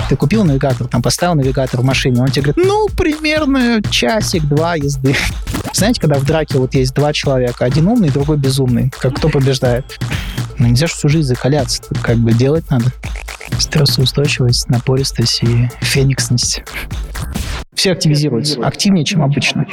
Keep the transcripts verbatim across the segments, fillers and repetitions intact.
Ты купил навигатор, там поставил навигатор в машине, он тебе говорит, ну, примерно часик-два езды. Знаете, когда в драке вот есть два человека, один умный, другой безумный, как кто побеждает? Ну, нельзя же всю жизнь закаляться, тут как бы делать надо. Стрессоустойчивость, напористость и фениксность. Все активизируются, активнее, чем обычно.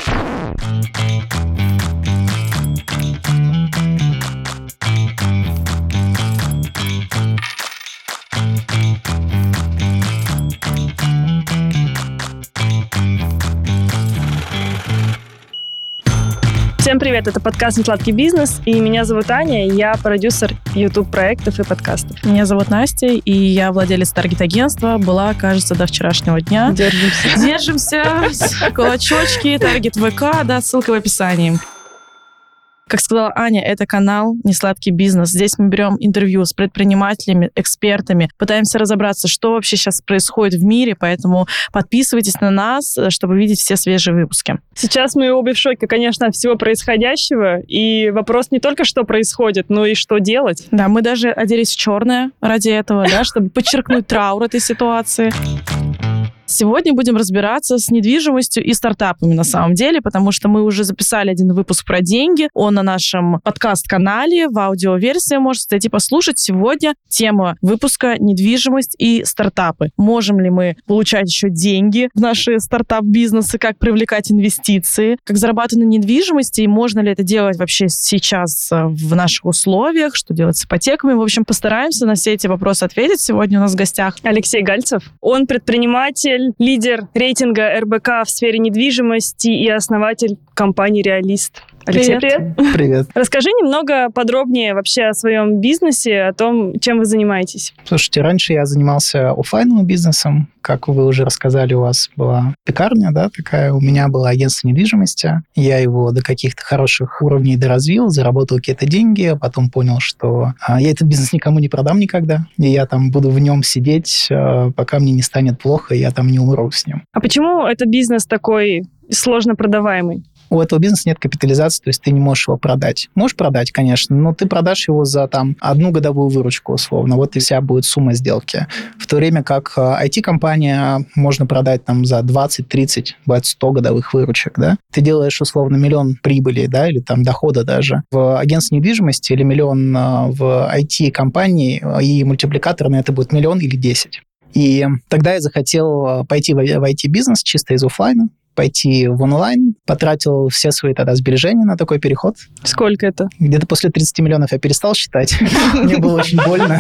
Всем привет, это подкаст «Несладкий бизнес», и меня зовут Аня, и я продюсер YouTube-проектов и подкастов. Меня зовут Настя, и я владелец таргет-агентства, была, кажется, до вчерашнего дня. Держимся. Держимся, кулачочки, таргет ВК, да, ссылка в описании. Как сказала Аня, это канал «Несладкий бизнес». Здесь мы берем интервью с предпринимателями, экспертами, пытаемся разобраться, что вообще сейчас происходит в мире, поэтому подписывайтесь на нас, чтобы видеть все свежие выпуски. Сейчас мы обе в шоке, конечно, от всего происходящего, и вопрос не только, что происходит, но и что делать. Да, мы даже оделись в черное ради этого, да, чтобы подчеркнуть траур этой ситуации. Сегодня будем разбираться с недвижимостью и стартапами на самом деле, потому что мы уже записали один выпуск про деньги. Он на нашем подкаст-канале, в аудиоверсии можете зайти послушать. Сегодня тема выпуска «Недвижимость и стартапы». Можем ли мы получать еще деньги в наши стартап-бизнесы, как привлекать инвестиции, как зарабатывать на недвижимости, и можно ли это делать вообще сейчас в наших условиях, что делать с ипотеками. В общем, постараемся на все эти вопросы ответить. Сегодня у нас в гостях Алексей Гальцев. Он предприниматель, лидер рейтинга эр бэ ка в сфере недвижимости и основатель компании «Реалист». Алексей, привет. Привет. Привет. Расскажи немного подробнее вообще о своем бизнесе, о том, чем вы занимаетесь. Слушайте, раньше я занимался офлайновым бизнесом. Как вы уже рассказали, у вас была пекарня, да, такая. У меня было агентство недвижимости. Я его до каких-то хороших уровней доразвил, заработал какие-то деньги, а потом понял, что а, я этот бизнес никому не продам никогда. И я там буду в нем сидеть, а, пока мне не станет плохо, и я там не умру с ним. А почему это бизнес такой сложно продаваемый? У этого бизнеса нет капитализации, то есть ты не можешь его продать. Можешь продать, конечно, но ты продашь его за там одну годовую выручку, условно. Вот и вся будет сумма сделки. В то время как ай ти-компания можно продать там за двадцать, тридцать, бывает сто годовых выручек, да? Ты делаешь, условно, миллион прибыли, да, или там дохода даже в агентстве недвижимости или миллион в ай ти-компании, и мультипликатор на это будет миллион или десять. И тогда я захотел пойти в ай ти-бизнес чисто из офлайна, пойти в онлайн, потратил все свои тогда сбережения на такой переход. Сколько это? Где-то после тридцати миллионов я перестал считать. Мне было очень больно.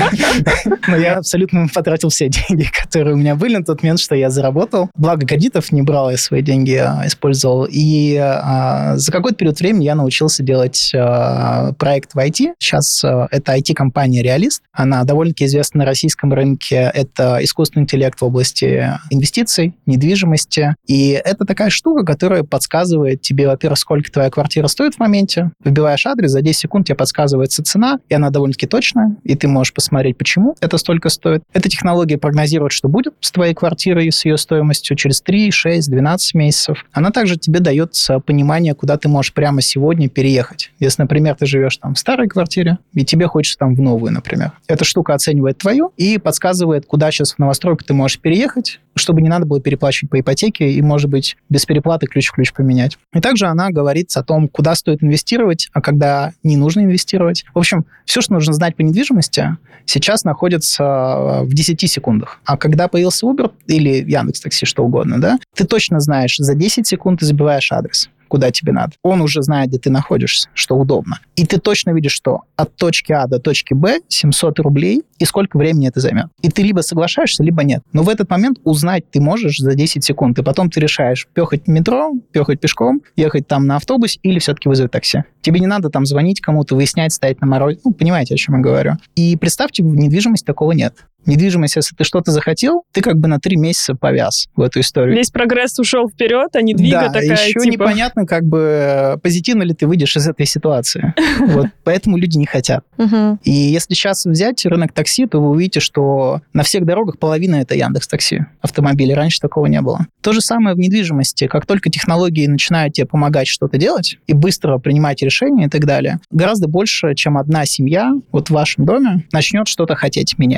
Но я абсолютно потратил все деньги, которые у меня были на тот момент, что я заработал. Благо кредитов не брал, я свои деньги использовал. И а, за какой-то период времени я научился делать а, проект в ай ти. Сейчас а, это ай ти-компания «Реалист». Она довольно-таки известна на российском рынке. Это искусственный интеллект в области инвестиций, недвижимости. И это такая штука, которая подсказывает тебе, во-первых, сколько твоя квартира стоит в моменте. Вбиваешь адрес, за десять секунд тебе подсказывается цена, и она довольно-таки точная, и ты можешь посмотреть, почему это столько стоит. Эта технология прогнозирует, что будет с твоей квартирой, с ее стоимостью через три, шесть, двенадцать месяцев. Она также тебе дает понимание, куда ты можешь прямо сегодня переехать. Если, например, ты живешь там в старой квартире, и тебе хочется там в новую, например. Эта штука оценивает твою и подсказывает, куда сейчас в новостройку ты можешь переехать, чтобы не надо было переплачивать по ипотеке и, может быть, без переплаты ключ в ключ поменять. И также она говорит о том, куда стоит инвестировать, а когда не нужно инвестировать. В общем, все, что нужно знать по недвижимости, сейчас находится в десяти секундах. А когда появился Uber или Яндекс.Такси, что угодно, да, ты точно знаешь, за десять секунд ты забиваешь адрес, куда тебе надо. Он уже знает, где ты находишься, что удобно. И ты точно видишь, что от точки А до точки Б семьсот рублей, и сколько времени это займет. И ты либо соглашаешься, либо нет. Но в этот момент узнать ты можешь за десять секунд, и потом ты решаешь, пехать в метро, пехать пешком, ехать там на автобусе или все-таки вызвать такси. Тебе не надо там звонить кому-то, выяснять, стоять на морозе. Ну, понимаете, о чем я говорю. И представьте, в недвижимости такого нет. Недвижимость, если ты что-то захотел, ты как бы на три месяца повяз в эту историю. Весь прогресс ушел вперед, а недвига да, такая, еще типа... непонятно, как бы, позитивно ли ты выйдешь из этой ситуации. Вот, поэтому люди не хотят. И если сейчас взять рынок такси, то вы увидите, что на всех дорогах половина это Яндекс.Такси автомобилей. Раньше такого не было. То же самое в недвижимости. Как только технологии начинают тебе помогать что-то делать и быстро принимать решения и так далее, гораздо больше, чем одна семья вот в вашем доме начнет что-то хотеть менять.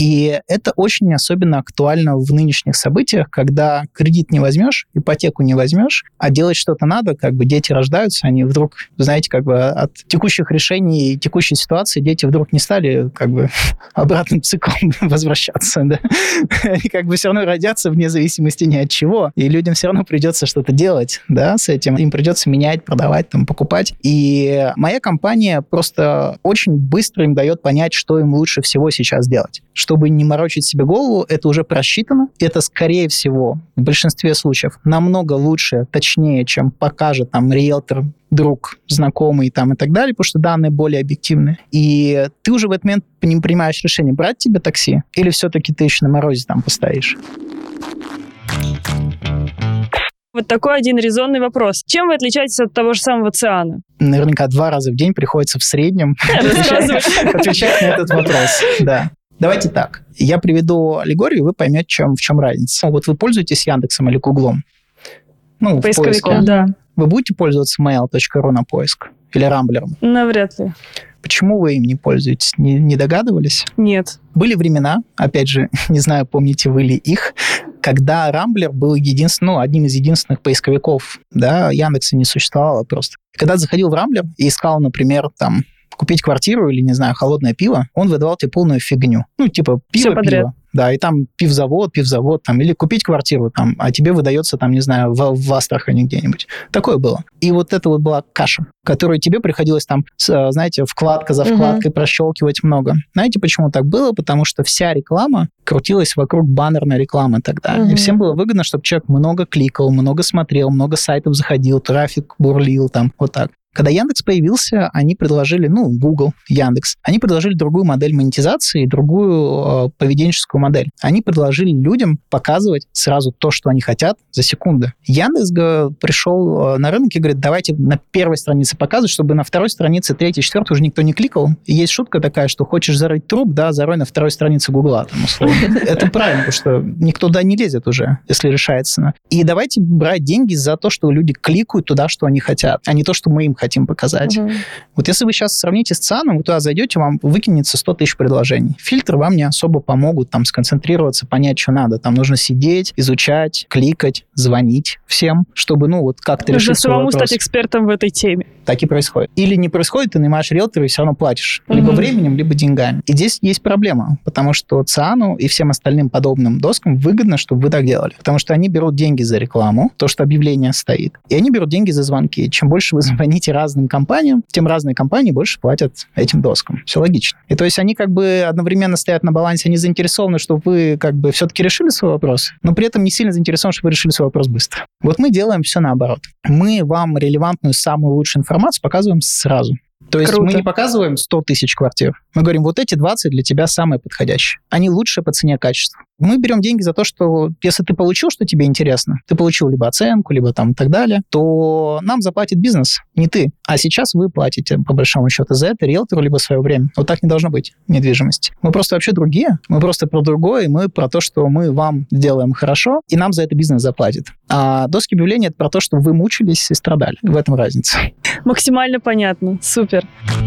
И это очень особенно актуально в нынешних событиях, когда кредит не возьмешь, ипотеку не возьмешь, а делать что-то надо, как бы дети рождаются, они вдруг, знаете, как бы от текущих решений и текущей ситуации дети вдруг не стали как бы обратным циклом возвращаться, да. Они как бы все равно родятся вне зависимости ни от чего, и людям все равно придется что-то делать, да, с этим. Им придется менять, продавать, там, покупать. И моя компания просто очень быстро им дает понять, что им лучше всего сейчас делать. Чтобы не морочить себе голову, это уже просчитано. Это, скорее всего, в большинстве случаев намного лучше, точнее, чем покажет там риэлтор, друг, знакомый там и так далее, потому что данные более объективны. И ты уже в этот момент не принимаешь решение, брать тебе такси или все-таки ты еще на морозе там постоишь. Вот такой один резонный вопрос. Чем вы отличаетесь от того же самого Циана? Наверняка два раза в день приходится в среднем отвечать на этот вопрос. Да. Давайте так. Я приведу аллегорию, вы поймете, чем, в чем разница. Вот вы пользуетесь Яндексом или Гуглом? Ну, в поиске. Да. Вы будете пользоваться mail точка ру на поиск? Или Рамблером? Навряд ли. Почему вы им не пользуетесь? Не, не догадывались? Нет. Были времена, опять же, не знаю, помните вы ли их, когда Рамблер был единственным, ну, одним из единственных поисковиков, да, Яндекса не существовало просто. Когда заходил в Рамблер и искал, например, там, купить квартиру или, не знаю, холодное пиво, он выдавал тебе полную фигню. Ну, типа, пиво-пиво. Да, и там пивзавод, пивзавод, там, или купить квартиру, там, а тебе выдается, там, не знаю, в, в Астрахани где-нибудь. Такое было. И вот это вот была каша, которую тебе приходилось там, знаете, вкладка за вкладкой uh-huh. прощелкивать много. Знаете, почему так было? Потому что вся реклама крутилась вокруг баннерной рекламы тогда. Uh-huh. И всем было выгодно, чтобы человек много кликал, много смотрел, много сайтов заходил, трафик бурлил, там, вот так. Когда Яндекс появился, они предложили, ну, Google, Яндекс, они предложили другую модель монетизации, другую э, поведенческую модель. Они предложили людям показывать сразу то, что они хотят, за секунды. Яндекс пришел на рынок и говорит, давайте на первой странице показывать, чтобы на второй странице, третьей, четвертой уже никто не кликал. И есть шутка такая, что хочешь зарыть труп, да, зарой на второй странице Гугла, там, условно. Это правильно, потому что никто туда не лезет уже, если решается. И давайте брать деньги за то, что люди кликают туда, что они хотят, а не то, что мы им хотим показать. Uh-huh. Вот если вы сейчас сравните с Цианом, вы туда зайдете, вам выкинется сто тысяч предложений. Фильтры вам не особо помогут там сконцентрироваться, понять, что надо. Там нужно сидеть, изучать, кликать, звонить всем, чтобы, ну, вот как-то решить свой вопрос. Нужно самому стать экспертом в этой теме. Так и происходит. Или не происходит, ты нанимаешь риэлтора и все равно платишь. Uh-huh. Либо временем, либо деньгами. И здесь есть проблема, потому что Циану и всем остальным подобным доскам выгодно, чтобы вы так делали. Потому что они берут деньги за рекламу, то, что объявление стоит, и они берут деньги за звонки. Чем больше вы звоните разным компаниям, тем разные компании больше платят этим доскам. Все логично. И то есть они как бы одновременно стоят на балансе, они заинтересованы, чтобы вы как бы все-таки решили свой вопрос, но при этом не сильно заинтересованы, чтобы вы решили свой вопрос быстро. Вот мы делаем все наоборот. Мы вам релевантную, самую лучшую информацию показываем сразу. То есть Круто. Мы не показываем сто тысяч квартир. Мы говорим, вот эти двадцать для тебя самые подходящие. Они лучше по цене качества. Мы берем деньги за то, что если ты получил, что тебе интересно, ты получил либо оценку, либо там и так далее, то нам заплатит бизнес, не ты. А сейчас вы платите, по большому счету, за это риэлтору либо свое время. Вот так не должно быть в недвижимости. Мы просто вообще другие. Мы просто про другое, и мы про то, что мы вам делаем хорошо, и нам за это бизнес заплатит. А доски объявления — это про то, что вы мучились и страдали. В этом разница. Максимально понятно. Супер.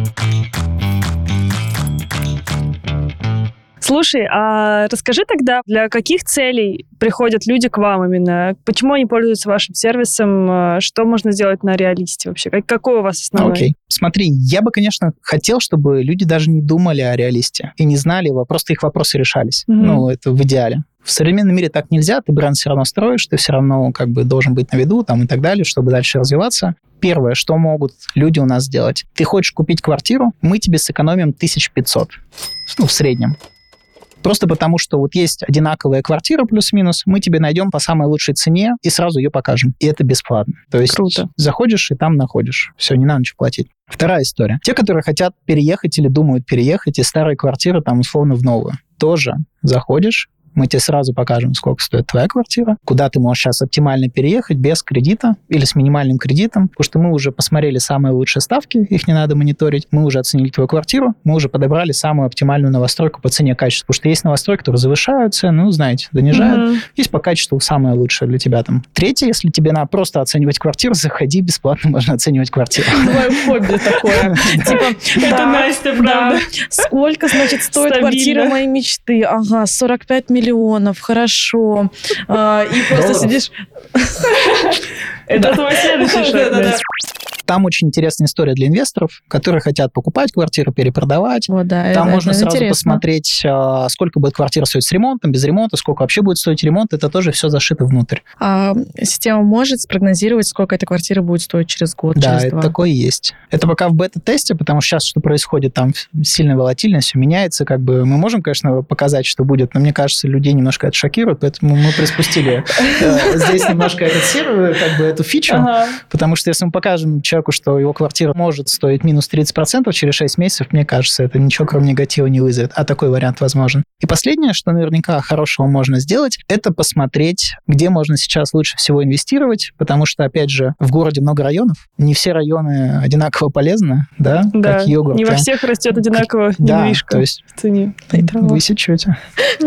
Слушай, а расскажи тогда, для каких целей приходят люди к вам именно? Почему они пользуются вашим сервисом? Что можно сделать на Реалисте вообще? Какой у вас основной? Окей. Okay. Смотри, я бы, конечно, хотел, чтобы люди даже не думали о Реалисте и не знали его, просто их вопросы решались. Mm-hmm. Ну, это в идеале. В современном мире так нельзя, ты бренд все равно строишь, ты все равно как бы должен быть на виду там, и так далее, чтобы дальше развиваться. Первое, что могут люди у нас сделать. Ты хочешь купить квартиру, мы тебе сэкономим тысяча пятьсот, ну, в среднем. Просто потому, что вот есть одинаковая квартира плюс-минус, мы тебе найдем по самой лучшей цене и сразу ее покажем. И это бесплатно. То есть Круто. Заходишь и там находишь. Все, не надо ничего платить. Вторая история. Те, которые хотят переехать или думают переехать из старой квартиры там условно в новую, тоже заходишь, Мы тебе сразу покажем, сколько стоит твоя квартира, куда ты можешь сейчас оптимально переехать без кредита или с минимальным кредитом, потому что мы уже посмотрели самые лучшие ставки, их не надо мониторить, мы уже оценили твою квартиру, мы уже подобрали самую оптимальную новостройку по цене качеству, потому что есть новостройки, которые завышают цены, ну, знаете, понижают, mm-hmm. есть по качеству самое лучшее для тебя там. Третье, если тебе надо просто оценивать квартиру, заходи, бесплатно можно оценивать квартиру. Мое хобби такое. Типа, это Настя, правда. Сколько, значит, стоит квартира моей мечты? Ага, сорок пять миллионов, хорошо. И просто сидишь... Это твой следующий шаг. Там очень интересная история для инвесторов, которые хотят покупать квартиру, перепродавать. Вот, да, Там это, можно это сразу интересно. посмотреть, сколько будет квартира стоить с ремонтом, без ремонта, сколько вообще будет стоить ремонт. Это тоже все зашито внутрь. А система может спрогнозировать, сколько эта квартира будет стоить через год, да, через это два? такое есть. Это пока в бета-тесте, потому что сейчас что происходит, там сильная волатильность, все меняется. Как бы мы можем, конечно, показать, что будет, но мне кажется, людей немножко это шокирует, поэтому мы приспустили здесь немножко этот сервер, как бы эту фичу, потому что если мы покажем человеку, что его квартира может стоить минус тридцать процентов через шесть месяцев, мне кажется, это ничего кроме негатива не вызовет. А такой вариант возможен. И последнее, что наверняка хорошего можно сделать, это посмотреть, где можно сейчас лучше всего инвестировать, потому что, опять же, в городе много районов. Не все районы одинаково полезны, да, да. как йогурт. Не во всех растет одинаково недвижка. Да, то есть в цене. Вы сечете.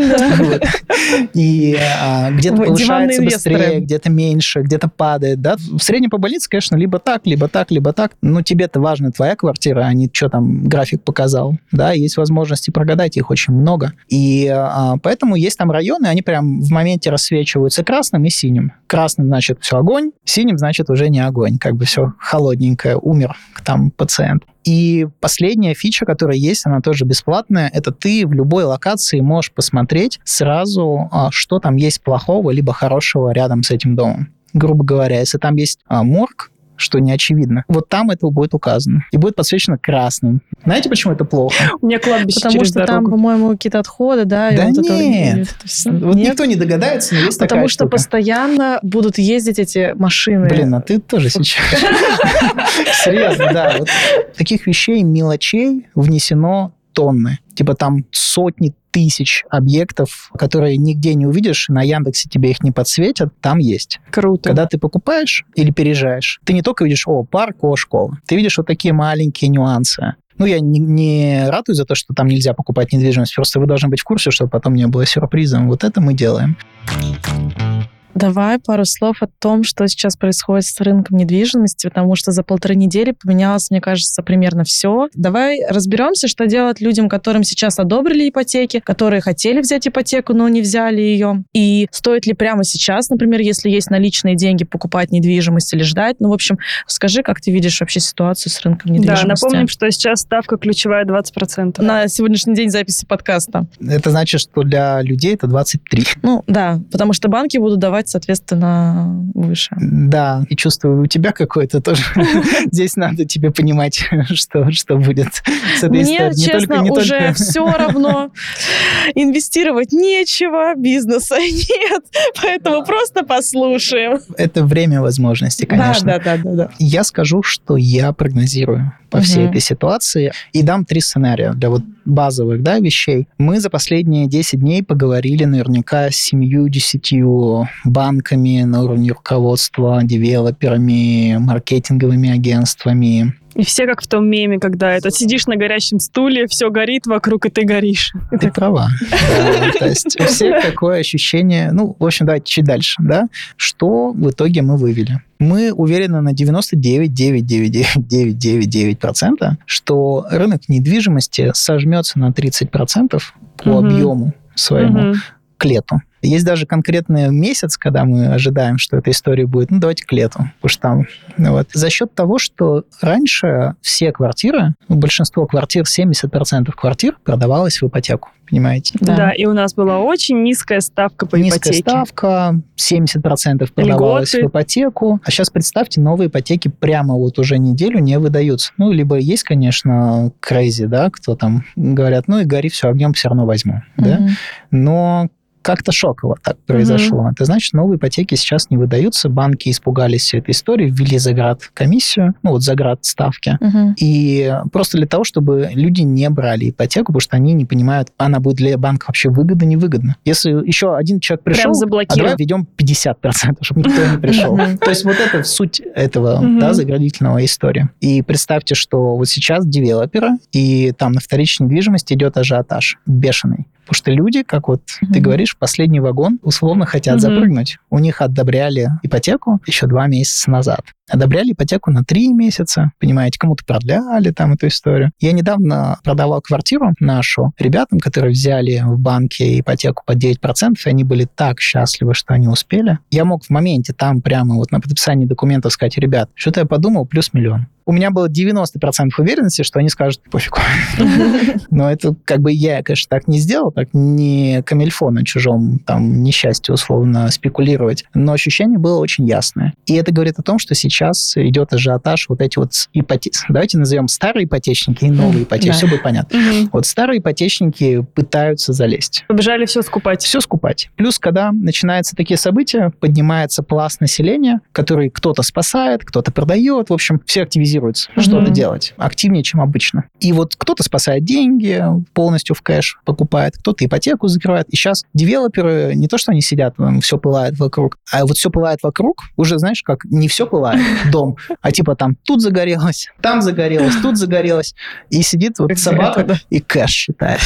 И где-то повышается быстрее, где-то меньше, где-то падает. В среднем по больнице, конечно, либо так, либо так, либо так. Но тебе-то важна твоя квартира, а не что там график показал. Да, есть возможности прогадать, их очень много. И а, поэтому есть там районы, они прям в моменте рассвечиваются красным и синим. Красным, значит, все огонь, синим, значит, уже не огонь. Как бы все холодненькое, умер там пациент. И последняя фича, которая есть, она тоже бесплатная, это ты в любой локации можешь посмотреть сразу, а, что там есть плохого либо хорошего рядом с этим домом. Грубо говоря, если там есть а, морг, что не очевидно. Вот там это будет указано. И будет подсвечено красным. Знаете, почему это плохо? У меня кладбище Потому через что дорогу. там, по-моему, какие-то отходы, да? Да и вот нет. Это, это все. Вот Нет? никто не догадается, но есть Потому такая что штука. постоянно будут ездить эти машины. Блин, а ты тоже сейчас. Серьезно, да. Вот таких вещей, мелочей внесено тонны. Типа там сотни тысяч объектов, которые нигде не увидишь, на Яндексе тебе их не подсветят, там есть. Круто. Когда ты покупаешь или переезжаешь, ты не только видишь, о, парк, о, школа. Ты видишь вот такие маленькие нюансы. Ну, я не, не радуюсь за то, что там нельзя покупать недвижимость, просто вы должны быть в курсе, чтобы потом не было сюрпризом. Вот это мы делаем. Давай пару слов о том, что сейчас происходит с рынком недвижимости, потому что за полторы недели поменялось, мне кажется, примерно все. Давай разберемся, что делать людям, которым сейчас одобрили ипотеки, которые хотели взять ипотеку, но не взяли ее. И стоит ли прямо сейчас, например, если есть наличные деньги, покупать недвижимость или ждать? Ну, в общем, скажи, как ты видишь вообще ситуацию с рынком недвижимости? Да, напомним, что сейчас ставка ключевая двадцать процентов. На сегодняшний день записи подкаста. Это значит, что для людей это двадцать три. Ну, да, потому что банки будут давать, соответственно, выше. Да, и чувствую, у тебя какое-то тоже... Здесь надо тебе понимать, что, что будет с этой Мне, историей. честно, не уже только... все равно. Инвестировать нечего, бизнеса нет, поэтому просто послушаем. Это время возможностей, конечно. Да, да, да, да, да. Я скажу, что я прогнозирую по всей Угу. этой ситуации и дам три сценария для вот базовых, да, вещей. Мы за последние десять дней поговорили наверняка с семью-десятью банками на уровне руководства, девелоперами, маркетинговыми агентствами. И все как в том меме, когда это сидишь на горящем стуле, все горит вокруг, и ты горишь. Ты права. Да, то есть у всех такое ощущение... Ну, в общем, давайте чуть дальше, да? Что в итоге мы вывели? Мы уверены на девяносто девять целых девяносто девять девять девять девять процента, что рынок недвижимости сожмется на тридцать процентов по Мгм. объему своему Мгм. к лету. Есть даже конкретный месяц, когда мы ожидаем, что эта история будет. Ну, давайте к лету. Потому что там... ну, вот. За счет того, что раньше все квартиры, ну, большинство квартир, семьдесят процентов квартир продавалось в ипотеку. Понимаете? Да. Да. и у нас была очень низкая ставка по Низкая ипотеке. ставка, семьдесят процентов продавалось Льготы. в ипотеку. А сейчас представьте, новые ипотеки прямо вот уже неделю не выдаются. Ну, либо есть, конечно, crazy, да, кто там говорят, ну и гори, все, огнем все равно возьму. Да? Мгм. Но как-то шоково так произошло. Mm-hmm. Это значит, новые ипотеки сейчас не выдаются, банки испугались всей этой истории, ввели заградкомиссию, ну вот заградставки, mm-hmm. и просто для того, чтобы люди не брали ипотеку, потому что они не понимают, она будет для банка вообще выгодна, невыгодна. Если еще один человек пришел, а давай введем пятьдесят процентов, чтобы никто не пришел. Mm-hmm. То есть вот это суть этого, mm-hmm. да, заградительного истории. И представьте, что вот сейчас девелоперы, и там на вторичной недвижимости идет ажиотаж бешеный. Потому что люди, как вот mm-hmm. ты говоришь, в последний вагон условно хотят mm-hmm. запрыгнуть. У них одобряли ипотеку еще два месяца назад. Одобряли ипотеку на три месяца, понимаете, кому-то продляли там эту историю. Я недавно продавал квартиру нашу ребятам, которые взяли в банке ипотеку под девять процентов, и они были так счастливы, что они успели. Я мог в моменте там прямо вот на подписании документов сказать: ребят, что-то я подумал, плюс миллион. У меня было девяносто процентов уверенности, что они скажут: пофигу. Но это как бы я, конечно, так не сделал, так не камильфо на чужом там несчастье условно спекулировать. Но ощущение было очень ясное. И это говорит о том, что сейчас идет ажиотаж вот эти вот ипотеки. Давайте назовем старые ипотечники и новые ипотеки. Да. Все будет понятно. Угу. Вот старые ипотечники пытаются залезть. Побежали все скупать. Все скупать. Плюс, когда начинаются такие события, поднимается пласт населения, который кто-то спасает, кто-то продает. В общем, все активизируются mm-hmm. что-то делать. Активнее, чем обычно. И вот кто-то спасает деньги, полностью в кэш покупает, кто-то ипотеку закрывает. И сейчас девелоперы, не то, что они сидят, все пылает вокруг, а вот все пылает вокруг, уже, знаешь, как не все пылает, дом, а типа там тут загорелось, там загорелось, тут загорелось. И сидит вот собака и кэш считает.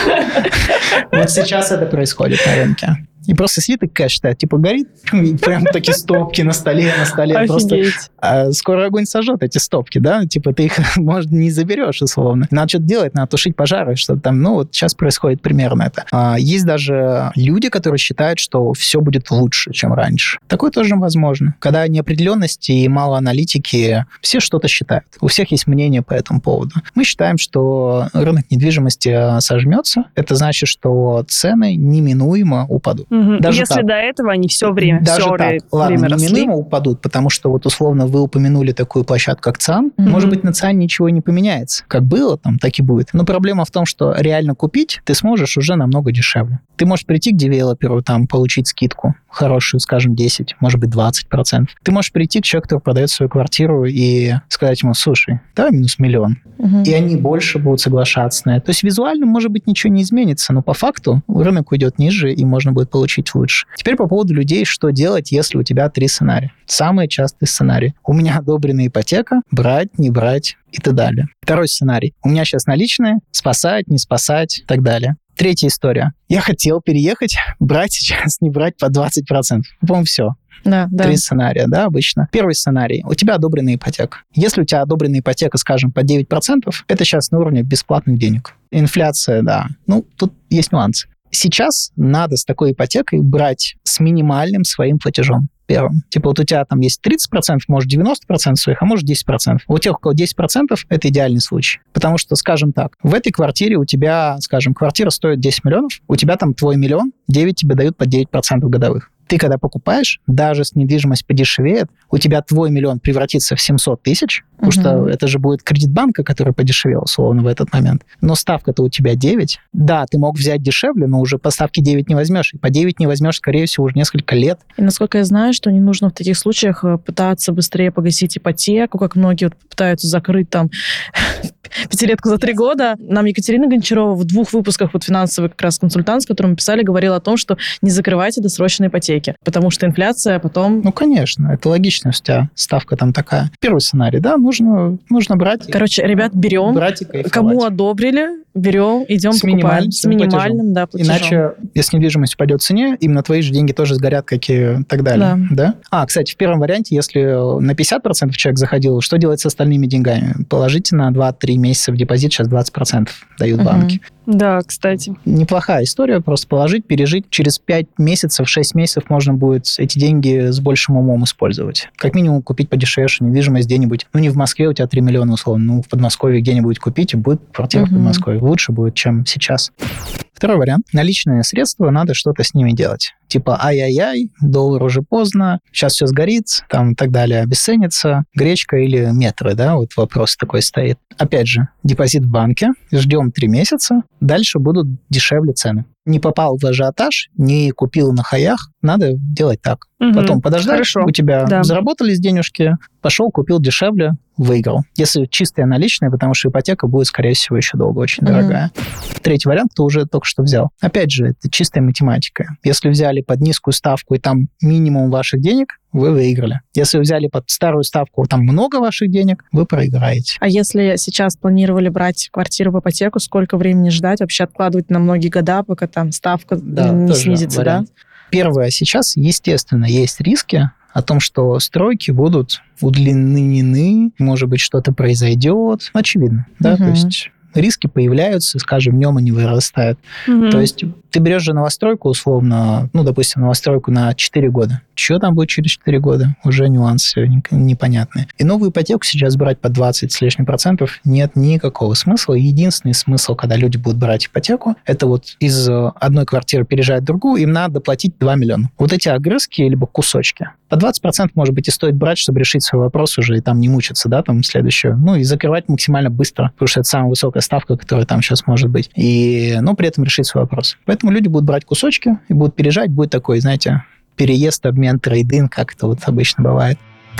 Вот сейчас это происходит на рынке. И просто сидит и кэш считает. Типа горит, прям такие стопки на столе, на столе. Просто а скоро огонь сожжет эти стопки, да? Типа ты их, может, не заберешь, условно. Надо что-то делать, надо тушить пожары, что-то там. Ну, вот сейчас происходит примерно это. А есть даже люди, которые считают, что все будет лучше, чем раньше. Такое тоже возможно. Когда неопределенности и мало аналитики, все что-то считают. У всех есть мнение по этому поводу. Мы считаем, что рынок недвижимости сожмется. Это значит, что цены неминуемо упадут. Угу. Даже Если так. до этого они все время, Даже все так. время Ладно, росли. Неминуемо упадут, потому что вот условно вы упомянули такую площадку, как ЦИАН. Угу. Может быть, на ЦИАН ничего не поменяется. Как было там, так и будет. Но проблема в том, что реально купить ты сможешь уже намного дешевле. Ты можешь прийти к девелоперу, там, получить скидку хорошую, скажем, десять, может быть, двадцать процентов. Ты можешь прийти к человеку, который продает свою квартиру, и сказать ему: слушай, давай минус миллион. Угу. И они больше будут соглашаться на это. То есть визуально, может быть, ничего не изменится, но по факту рынок уйдет ниже, и можно будет получить лучше. Теперь по поводу людей, что делать, если у тебя три сценария. Самый частый сценарий. У меня одобрена ипотека, брать, не брать и так далее. Второй сценарий. У меня сейчас наличные, спасать, не спасать и так далее. Третья история. Я хотел переехать, брать сейчас, не брать по двадцать процентов. По-моему, все. Да, да. Три сценария, да, обычно. Первый сценарий. У тебя одобренная ипотека. Если у тебя одобренная ипотека, скажем, по девять процентов, это сейчас на уровне бесплатных денег. Инфляция, да. Ну, тут есть нюансы. Сейчас надо с такой ипотекой брать с минимальным своим платежом. Первым. Типа вот у тебя там есть тридцать процентов, может девяносто процентов своих, а может десять процентов. У тех, у кого десять процентов, это идеальный случай. Потому что, скажем так, в этой квартире у тебя, скажем, квартира стоит десять миллионов, у тебя там твой миллион, девять тебе дают по девять процентов годовых. Ты когда покупаешь, даже если недвижимость подешевеет, у тебя твой миллион превратится в семьсот тысяч, потому uh-huh. что это же будет кредит банка, который подешевел, условно, в этот момент. Но ставка-то у тебя девять. Да, ты мог взять дешевле, но уже по ставке девять не возьмешь. И по девять не возьмешь, скорее всего, уже несколько лет. И насколько я знаю, что не нужно в таких случаях пытаться быстрее погасить ипотеку, как многие вот пытаются закрыть там пятилетку за три года. Нам Екатерина Гончарова в двух выпусках вот финансовый как раз консультант, с которым мы писали, говорила о том, что не закрывайте досрочные ипотеки, потому что инфляция потом... Ну, конечно, это логично, у тебя ставка там такая. Первый сценарий, да, нужно, нужно брать. Короче, ребят, берем, брать и кайфовать. Кому одобрили, берем, идем с покупаем. С минимальным, да, платежом. Иначе, если недвижимость упадет в цене, именно твои же деньги тоже сгорят, как и так далее. Да. Да? А, кстати, в первом варианте, если на пятьдесят процентов человек заходил, что делать с остальными деньгами? Положите на два-три месяца в депозит, сейчас двадцать процентов дают банки. Угу. Да, кстати. Неплохая история, просто положить, пережить. Через пять месяцев, шесть месяцев можно будет эти деньги с большим умом использовать. Как минимум купить подешевше недвижимость где-нибудь. Ну, не в Москве, у тебя три миллиона условно, ну, в Подмосковье где-нибудь купить, и будет квартира угу. в Подмосковье. Лучше будет, чем сейчас. Второй вариант. Наличные средства, надо что-то с ними делать. Типа, ай-яй-яй, доллар уже поздно, сейчас все сгорит, там и так далее, обесценится. Гречка или метры, да, вот вопрос такой стоит. Опять же, депозит в банке, ждем три месяца, дальше будут дешевле цены. не попал в ажиотаж, не купил на хаях, надо делать так. Угу. Потом подождать, Хорошо. у тебя Да. заработались денежки, пошел, купил дешевле, выиграл. Если чистая наличная, потому что ипотека будет, скорее всего, еще долго очень Мгм. дорогая. Третий вариант ты уже только что взял. Опять же, это чистая математика. Если взяли под низкую ставку и там минимум ваших денег, вы выиграли. Если вы взяли под старую ставку, там много ваших денег, вы проиграете. А если сейчас планировали брать квартиру в ипотеку, сколько времени ждать? Вообще откладывать на многие года, пока там ставка Да, не тоже снизится, да? вариант. Первое, сейчас, естественно, есть риски о том, что стройки будут удлинены, может быть, что-то произойдет. Очевидно, да, Мгм. то есть риски появляются, с каждым днем они вырастают. Мгм. То есть ты берешь же новостройку, условно, ну, допустим, новостройку на четыре года. Что там будет через четыре года? Уже нюансы непонятные. И новую ипотеку сейчас брать по двадцать с лишним процентов нет никакого смысла. Единственный смысл, когда люди будут брать ипотеку, это вот из одной квартиры переезжать в другую, им надо платить два миллиона. Вот эти огрызки, либо кусочки. По двадцать процентов, может быть, и стоит брать, чтобы решить свой вопрос уже и там не мучиться, да, там следующую. Ну, и закрывать максимально быстро, потому что это самая высокая ставка, которая там сейчас может быть. И, ну, при этом решить свой вопрос. Поэтому люди будут брать кусочки и будут переезжать. Будет такой, знаете, переезд, обмен, трейд-ин, как это вот обычно бывает.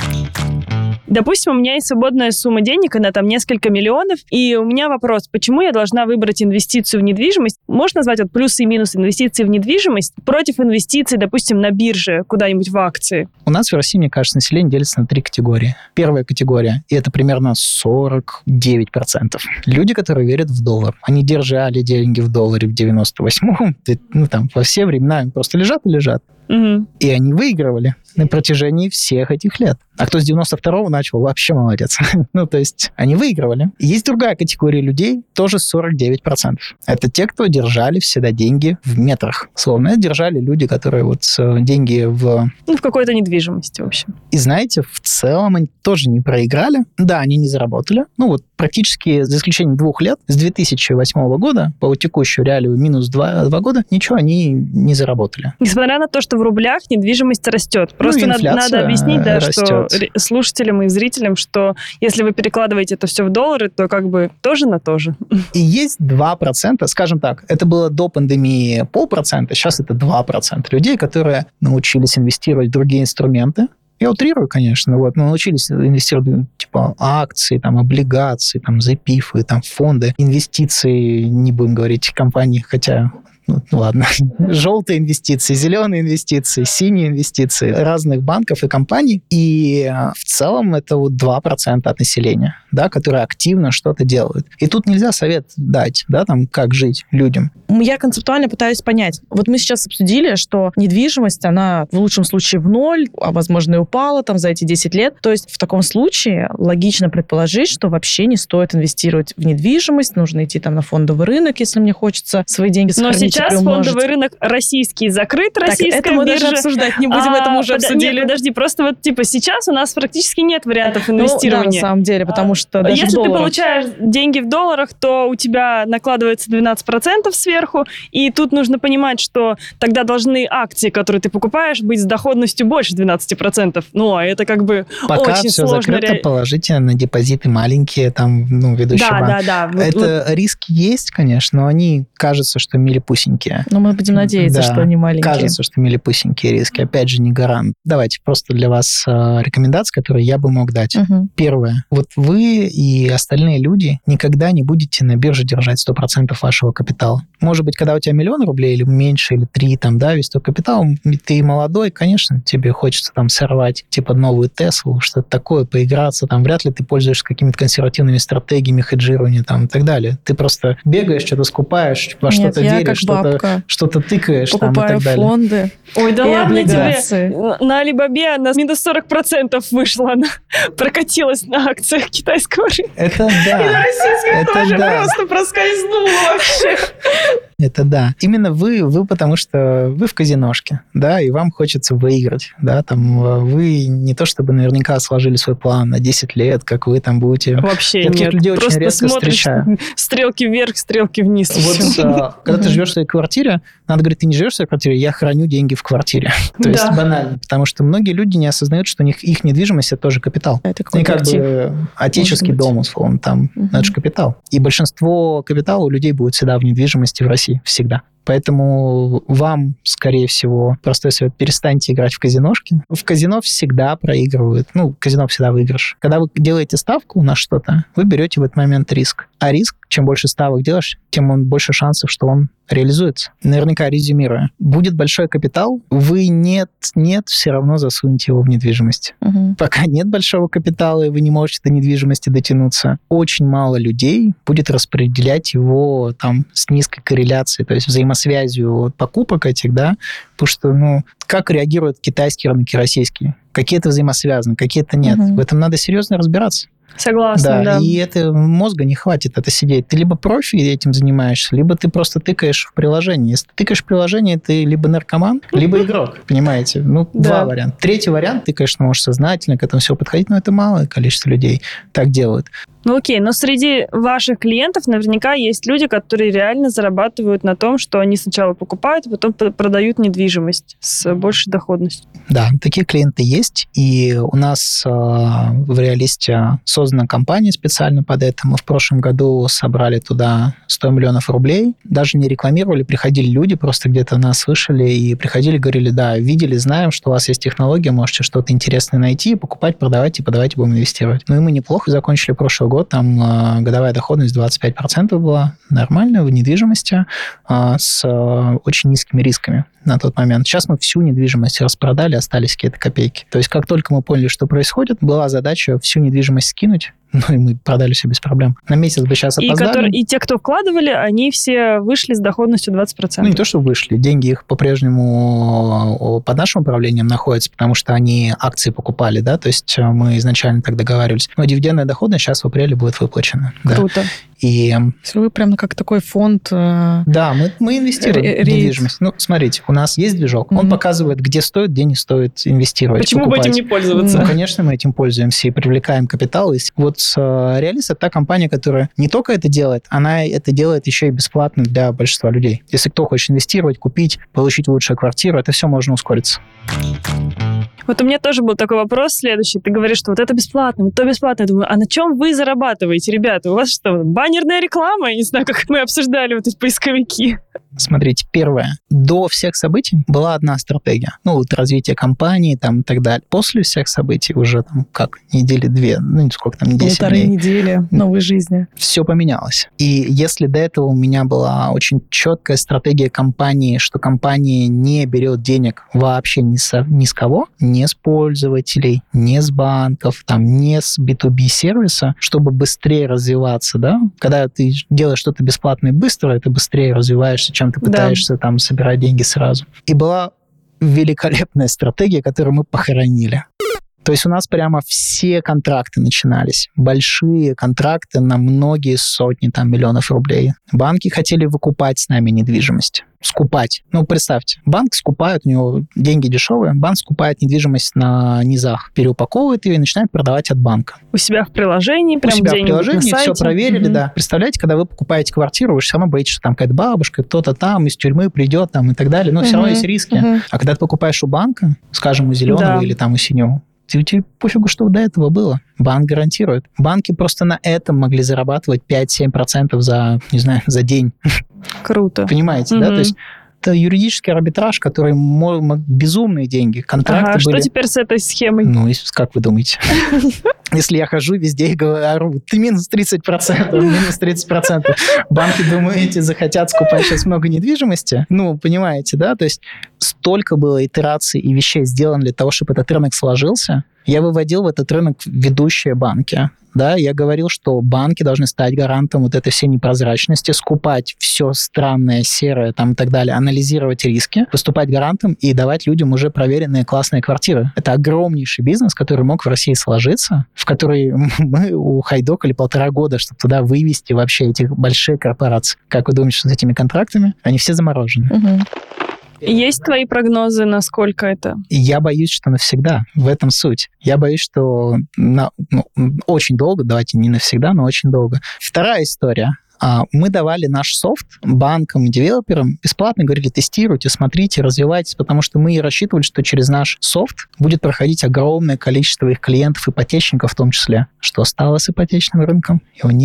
Допустим, у меня есть свободная сумма денег, она там несколько миллионов, и у меня вопрос, почему я должна выбрать инвестицию в недвижимость? Можно назвать вот плюсы и минусы инвестиций в недвижимость против инвестиций, допустим, на бирже, куда-нибудь в акции? У нас в России, мне кажется, население делится на три категории. Первая категория, и это примерно сорок девять процентов. Люди, которые верят в доллар. Они держали деньги в долларе в девяносто восьмом, ну там, во все времена просто лежат и лежат. Угу. И они выигрывали на протяжении всех этих лет. А кто с девяносто второго начал, вообще молодец. Ну, то есть они выигрывали. Есть другая категория людей, тоже сорок девять процентов. Это те, кто держали всегда деньги в метрах. Словно это держали люди, которые вот деньги в... Ну, в какой-то недвижимости, в общем. И знаете, в целом они тоже не проиграли. Да, они не заработали. Ну, вот практически, за исключением двух лет, с две тысячи восьмого года по текущую реалию минус два, два года, ничего они не заработали. Несмотря на то, что в рублях недвижимость растет. Просто Ну, надо, инфляция надо объяснить, да, растет. что ре- слушателям и зрителям, что если вы перекладываете это все в доллары, то как бы тоже на то же. И есть два процента, скажем так, это было до пандемии полпроцента, сейчас это два процента людей, которые научились инвестировать в другие инструменты. Я утрирую, конечно, вот, но научились инвестировать типа акции, там, облигации, там, зэпифы, там, фонды, инвестиции, не будем говорить компании, хотя... Ну, ладно. Желтые инвестиции, зеленые инвестиции, синие инвестиции разных банков и компаний. И в целом это вот два процента от населения, да, которые активно что-то делают. И тут нельзя совет дать, да, там, как жить людям. Я концептуально пытаюсь понять. Вот мы сейчас обсудили, что недвижимость, она в лучшем случае в ноль, а возможно и упала там за эти десять лет. То есть в таком случае логично предположить, что вообще не стоит инвестировать в недвижимость, нужно идти там на фондовый рынок, если мне хочется свои деньги Но сохранить. сейчас фондовый рынок российский закрыт, так, российская это мы биржа. даже обсуждать не будем, А, это мы уже под- обсудили. Нет, подожди, просто вот типа сейчас у нас практически нет вариантов Ну, да, на инвестирования. самом деле, потому что даже Если ты долларом. получаешь деньги в долларах, то у тебя накладывается двенадцать процентов сверху, и тут нужно понимать, что тогда должны акции, которые ты покупаешь, быть с доходностью больше двенадцать процентов. Ну, а это как бы Пока очень все сложно. закрыто, ре- положите на депозиты маленькие, там, ну, ведущий Да, банк. да, да. Вот- вот Это риски есть, конечно, но они кажется, что милипусенькие. Но мы будем надеяться, Да, что они маленькие. Кажется, что милипусенькие риски. Опять же, не гарант. Давайте просто для вас э, рекомендации, которые я бы мог дать. Мгм. Первое. Вот вы и остальные люди никогда не будете на бирже держать сто процентов вашего капитала. Может быть, когда у тебя миллион рублей или меньше, или три, там, да, весь твой капитал, ты молодой, конечно, тебе хочется там сорвать, типа, новую Теслу, что-то такое, поиграться, там, вряд ли ты пользуешься какими-то консервативными стратегиями хеджирования, там, и так далее. Ты просто бегаешь, что-то скупаешь, во Нет, что-то я веришь, как что-то, бабка. что-то тыкаешь, там, и Покупаю так далее. фонды Ой, да и ладно тебе. облигации. На Алибабе она минус сорок процентов вышла, она прокатилась на акциях китайского рынка. Это И на да. российском Это тоже да. просто проскользнула вообще. Это да. Именно вы, вы, потому что вы в казиношке, да, и вам хочется выиграть, да, там э, вы не то чтобы наверняка сложили свой план на десять лет, как вы там будете. Вообще Я таких нет. людей очень Просто редко смотришь, встречаю. стрелки вверх, стрелки вниз. и Вот всё. э, когда ты живешь в своей квартире, надо говорить, ты не живешь в своей квартире, я храню деньги в квартире. То есть Да. банально. Потому что многие люди не осознают, что у них их недвижимость – это тоже капитал. Это какой И как актив. бы отеческий Может быть. дом, условно, там, Мгм. это же капитал. И большинство капитала у людей будет всегда в недвижимости в России, всегда. Поэтому вам, скорее всего, простой совет, перестаньте играть в казиношки. В казино всегда проигрывают. Ну, казино всегда выигрыш. Когда вы делаете ставку на что-то, вы берете в этот момент риск. А риск, чем больше ставок делаешь, тем он больше шансов, что он реализуется. Наверняка, резюмируя, будет большой капитал, вы нет-нет, все равно засунете его в недвижимость. Угу. Пока нет большого капитала, и вы не можете до недвижимости дотянуться, очень мало людей будет распределять его там с низкой корреляцией, то есть взаимосвязью покупок этих, да, потому что, ну, как реагируют китайские рынки, российские? Какие-то взаимосвязаны, какие-то нет. Угу. В этом надо серьезно разбираться. Согласна, Да, да. и это мозга не хватит это сидеть. Ты либо профи этим занимаешься, либо ты просто тыкаешь в приложение. Если ты тыкаешь в приложение, ты либо наркоман, либо игрок, понимаете? Ну, Да. два варианта. Третий вариант, ты, конечно, можешь сознательно к этому всему подходить, но это малое количество людей так делают. Ну окей, но среди ваших клиентов наверняка есть люди, которые реально зарабатывают на том, что они сначала покупают, а потом п- продают недвижимость с большей доходностью. Да, такие клиенты есть, и у нас э, в Реалисте создана компания специально под это. Мы в прошлом году собрали туда сто миллионов рублей, даже не рекламировали, приходили люди, просто где-то нас слышали и приходили, говорили, да, видели, знаем, что у вас есть технология, можете что-то интересное найти, покупать, продавать, и подавайте, будем инвестировать. Ну и мы неплохо закончили прошлый год, там э, годовая доходность двадцать пять процентов была, нормально, в недвижимости, э, с э, очень низкими рисками на тот момент. Сейчас мы всю недвижимость распродали, остались какие-то копейки. То есть как только мы поняли, что происходит, была задача всю недвижимость скинуть, ну и мы продали все без проблем. На месяц бы сейчас И, опоздали. которые, и те, кто вкладывали, они все вышли с доходностью двадцать процентов. Ну, не то, что вышли. Деньги их по-прежнему под нашим управлением находятся, потому что они акции покупали, да, то есть мы изначально так договаривались. Но дивидендная доходность сейчас в апреле будет выплачена. Круто. Да. И Вы прям как такой фонд... Э... да, мы, мы инвестируем Ре- в недвижимость. Ну, смотрите, у нас есть движок, он Мгм. показывает, где стоит, где не стоит инвестировать, Почему бы покупать. этим не пользоваться? Ну, конечно, мы этим пользуемся и привлекаем капитал. И вот Реалис — это та компания, которая не только это делает, она это делает еще и бесплатно для большинства людей. Если кто хочет инвестировать, купить, получить лучшую квартиру, это все можно ускориться. Вот у меня тоже был такой вопрос следующий. Ты говоришь, что вот это бесплатно, вот то бесплатно. Я думаю, а на чем вы зарабатываете, ребята? У вас что, баннерная реклама? Я не знаю, как мы обсуждали вот эти поисковики. Смотрите, первое. До всех событий была одна стратегия. Ну, вот развитие компании там и так далее. После всех событий уже там как недели две, ну, сколько там, десять Полторы дней. недели новой жизни. Все поменялось. И если до этого у меня была очень четкая стратегия компании, что компания не берет денег вообще ни, со, ни с кого, не с пользователей, не с банков, там, не с би ту би сервиса, чтобы быстрее развиваться, да? Когда ты делаешь что-то бесплатно и быстро, ты быстрее развиваешься, чем ты пытаешься да. там собирать деньги сразу. И была великолепная стратегия, которую мы похоронили. То есть у нас прямо все контракты начинались. Большие контракты на многие сотни там, миллионов рублей. Банки хотели выкупать с нами недвижимость. Скупать. Ну, представьте, банк скупает, у него деньги дешевые, банк скупает недвижимость на низах, переупаковывает ее и начинает продавать от банка. У себя в приложении, прям у себя в приложении, на сайте. все проверили, Mm-hmm. да. Представляете, когда вы покупаете квартиру, вы же все равно боитесь, что там какая-то бабушка, кто-то там из тюрьмы придет там и так далее, но mm-hmm. все равно есть риски. Mm-hmm. А когда ты покупаешь у банка, скажем, у зеленого да. или там у синего, тебе пофигу, что до этого было. Банк гарантирует. Банки просто на этом могли зарабатывать пять-семь процентов за, не знаю, за день. Круто. Понимаете, mm-hmm. да? То есть это юридический арбитраж, который безумные деньги. Контракты ага, были... что теперь с этой схемой? Ну, как вы думаете? Если я хожу везде и говорю, ты минус тридцать процентов, минус тридцать процентов, банки, думаете, захотят скупать сейчас много недвижимости? Ну, понимаете, да? То есть столько было итераций и вещей сделано для того, чтобы этот рынок сложился. Я выводил в этот рынок ведущие банки. Да, я говорил, что банки должны стать гарантом вот этой всей непрозрачности, скупать все странное, серое там, и так далее, анализировать риски, выступать гарантом и давать людям уже проверенные классные квартиры. Это огромнейший бизнес, который мог в России сложиться, в который мы ухайдокали полтора года, чтобы туда вывести вообще эти большие корпорации. Как вы думаете, что с этими контрактами? Они все заморожены. Угу. Есть твои прогнозы, насколько это? Я боюсь, что навсегда. В этом суть. Я боюсь, что на, ну, очень долго, давайте не навсегда, но очень долго. Вторая история. Мы давали наш софт банкам и девелоперам бесплатно, говорили, тестируйте, смотрите, развивайтесь, потому что мы рассчитывали, что через наш софт будет проходить огромное количество их клиентов, ипотечников в том числе. Что стало с ипотечным рынком? Его нет.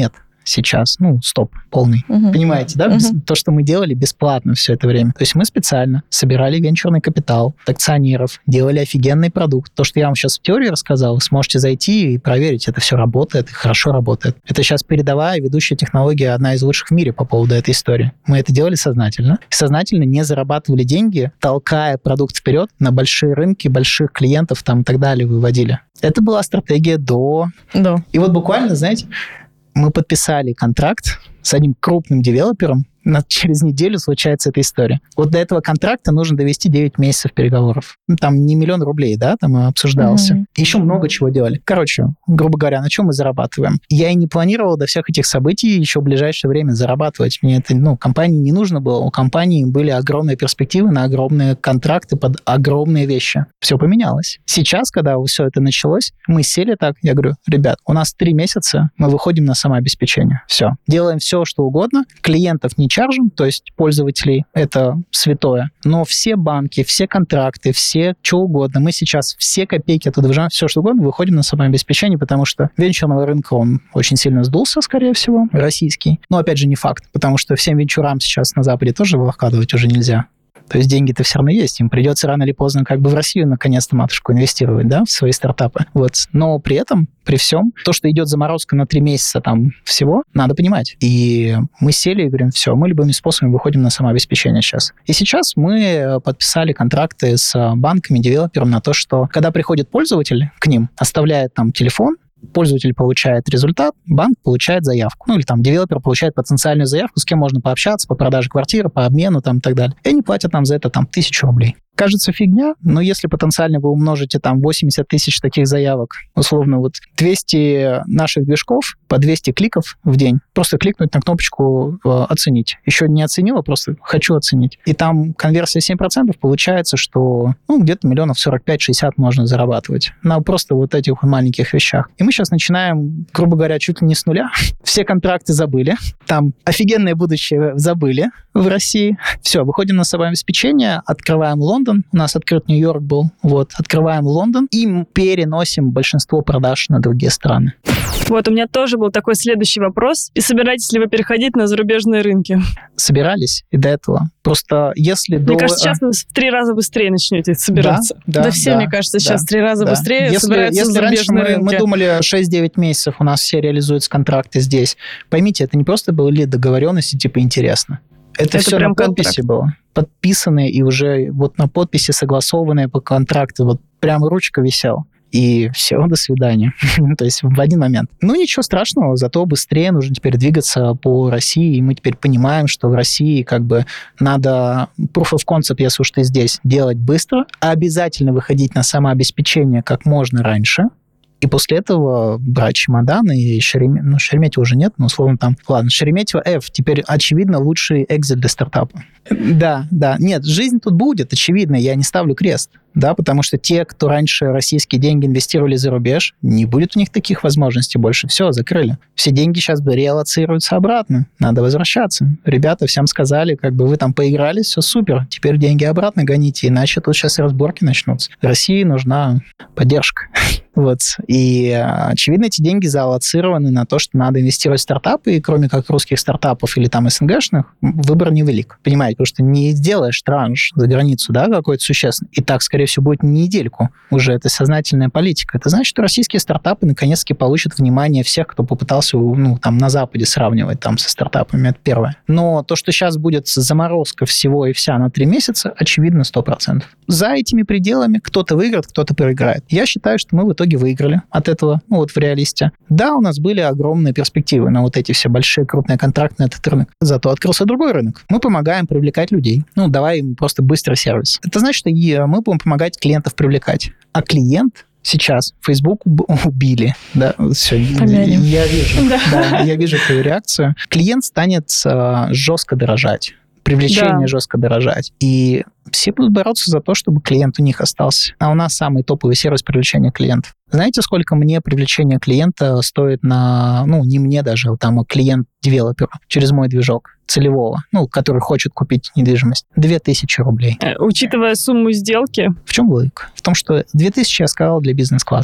сейчас, ну, стоп, полный. Угу. Понимаете, да? Угу. То, что мы делали бесплатно все это время. То есть мы специально собирали венчурный капитал, акционеров, делали офигенный продукт. То, что я вам сейчас в теории рассказал, вы сможете зайти и проверить, это все работает, хорошо работает. Это сейчас передовая ведущая технология, одна из лучших в мире по поводу этой истории. Мы это делали сознательно. И сознательно не зарабатывали деньги, толкая продукт вперед на большие рынки, больших клиентов там и так далее выводили. Это была стратегия до... Да. И вот буквально, знаете, мы подписали контракт с одним крупным девелопером, на, через неделю случается эта история. Вот до этого контракта нужно довести девять месяцев переговоров. Там не миллион рублей, да, там обсуждался. Mm-hmm. Еще много чего делали. Короче, грубо говоря, на чем мы зарабатываем? Я и не планировал до всех этих событий еще в ближайшее время зарабатывать. Мне это, ну, компании не нужно было. У компании были огромные перспективы на огромные контракты под огромные вещи. Все поменялось. Сейчас, когда все это началось, мы сели так, я говорю, ребят, у нас три месяца, мы выходим на самообеспечение. Все. Делаем все, что угодно. Клиентов не чаржим, то есть пользователей, это святое. Но все банки, все контракты, все что угодно, мы сейчас все копейки оттуда выжимаем, все что угодно, выходим на самообеспечение, потому что венчурного рынка он очень сильно сдулся, скорее всего, российский. Но опять же не факт, потому что всем венчурам сейчас на Западе тоже вкладывать уже нельзя. То есть деньги-то все равно есть. Им придется рано или поздно как бы в Россию наконец-то матушку инвестировать, да, в свои стартапы. Вот. Но при этом, при всем, то, что идет заморозка на три месяца там всего, надо понимать. И мы сели и говорим, все, мы любыми способами выходим на самообеспечение сейчас. И сейчас мы подписали контракты с банками, девелопером на то, что когда приходит пользователь к ним, оставляет там телефон, пользователь получает результат, банк получает заявку. Ну, или там девелопер получает потенциальную заявку, с кем можно пообщаться по продаже квартиры, по обмену там и так далее. И они платят нам за это там тысячу рублей. Кажется, фигня, но если потенциально вы умножите там восемьдесят тысяч таких заявок, условно, вот двести наших движков по двести кликов в день, просто кликнуть на кнопочку э, «Оценить». Еще не оценила, просто «Хочу оценить». И там конверсия семь процентов, получается, что ну, где-то миллионов сорок пять шестьдесят можно зарабатывать на просто вот этих маленьких вещах. И мы сейчас начинаем, грубо говоря, чуть ли не с нуля. Все контракты забыли. Там офигенное будущее забыли в России. Все, выходим на самообеспечение, открываем Лондон. У нас открыт Нью-Йорк был. Вот, открываем Лондон и переносим большинство продаж на другие страны. Вот, у меня тоже был такой следующий вопрос. И собираетесь ли вы переходить на зарубежные рынки? Собирались и до этого. Просто если мне до... Мне кажется, сейчас вы в три раза быстрее начнете собираться. Да, да, да все, да, мне кажется, сейчас в да, три раза да. быстрее если, собираются если зарубежные раньше рынки. Мы, мы думали, шесть-девять месяцев у нас все реализуются контракты здесь. Поймите, это не просто были договоренности, типа интересно. Это, это все на подписи контракт. Было. Подписанные и уже вот на подписи согласованные по контракту. Вот прям ручка висела. И все, до свидания. То есть в один момент. Ну, ничего страшного, зато быстрее нужно теперь двигаться по России. И мы теперь понимаем, что в России как бы надо proof of concept, если уж ты здесь, делать быстро, а обязательно выходить на самообеспечение как можно раньше. И после этого брать чемоданы и Шереметьево, ну, Шереметьево уже нет, но условно там, ладно, Шереметьево F, теперь, очевидно, лучший экзит для стартапа. Да, да, нет, жизнь тут будет, очевидно, я не ставлю крест, да, потому что те, кто раньше российские деньги инвестировали за рубеж, не будет у них таких возможностей больше, все, закрыли. Все деньги сейчас реаллоцируются обратно, надо возвращаться. Ребята всем сказали, как бы вы там поигрались, все супер, теперь деньги обратно гоните, иначе тут сейчас разборки начнутся. России нужна поддержка. Вот. И, очевидно, эти деньги зaalлоцированы на то, что надо инвестировать в стартапы, и кроме как русских стартапов или там СНГшных, выбор невелик. Понимаете, потому что не сделаешь транш за границу, да, какой-то существенный. И так, скорее всего, будет не недельку уже. Это сознательная политика. Это значит, что российские стартапы наконец-таки получат внимание всех, кто попытался, ну, там, на Западе сравнивать там со стартапами. Это первое. Но то, что сейчас будет заморозка всего и вся на три месяца, очевидно, сто процентов. За этими пределами кто-то выиграет, кто-то проиграет. Я считаю, что мы в итоге выиграли от этого, ну вот в реалисте. Да, у нас были огромные перспективы на вот эти все большие крупные контракты на этот рынок. Зато открылся другой рынок. Мы помогаем привлекать людей. Ну, давай им просто быстрый сервис. Это значит, что мы будем помогать клиентов привлекать. А клиент сейчас Facebook убили. Да, все, Помянем. Я вижу. Да. Да, я вижу твою реакцию. Клиент станет э, жестко дорожать. Привлечение да. жестко дорожать. И все будут бороться за то, чтобы клиент у них остался. А у нас самый топовый сервис привлечения клиентов. Знаете, сколько мне привлечение клиента стоит на... Ну, не мне даже, там, а клиент-девелоперу через мой движок целевого, ну, который хочет купить недвижимость? Две тысячи рублей. Учитывая сумму сделки? В чем логика? В том, что две тысячи я сказал для бизнес-класса.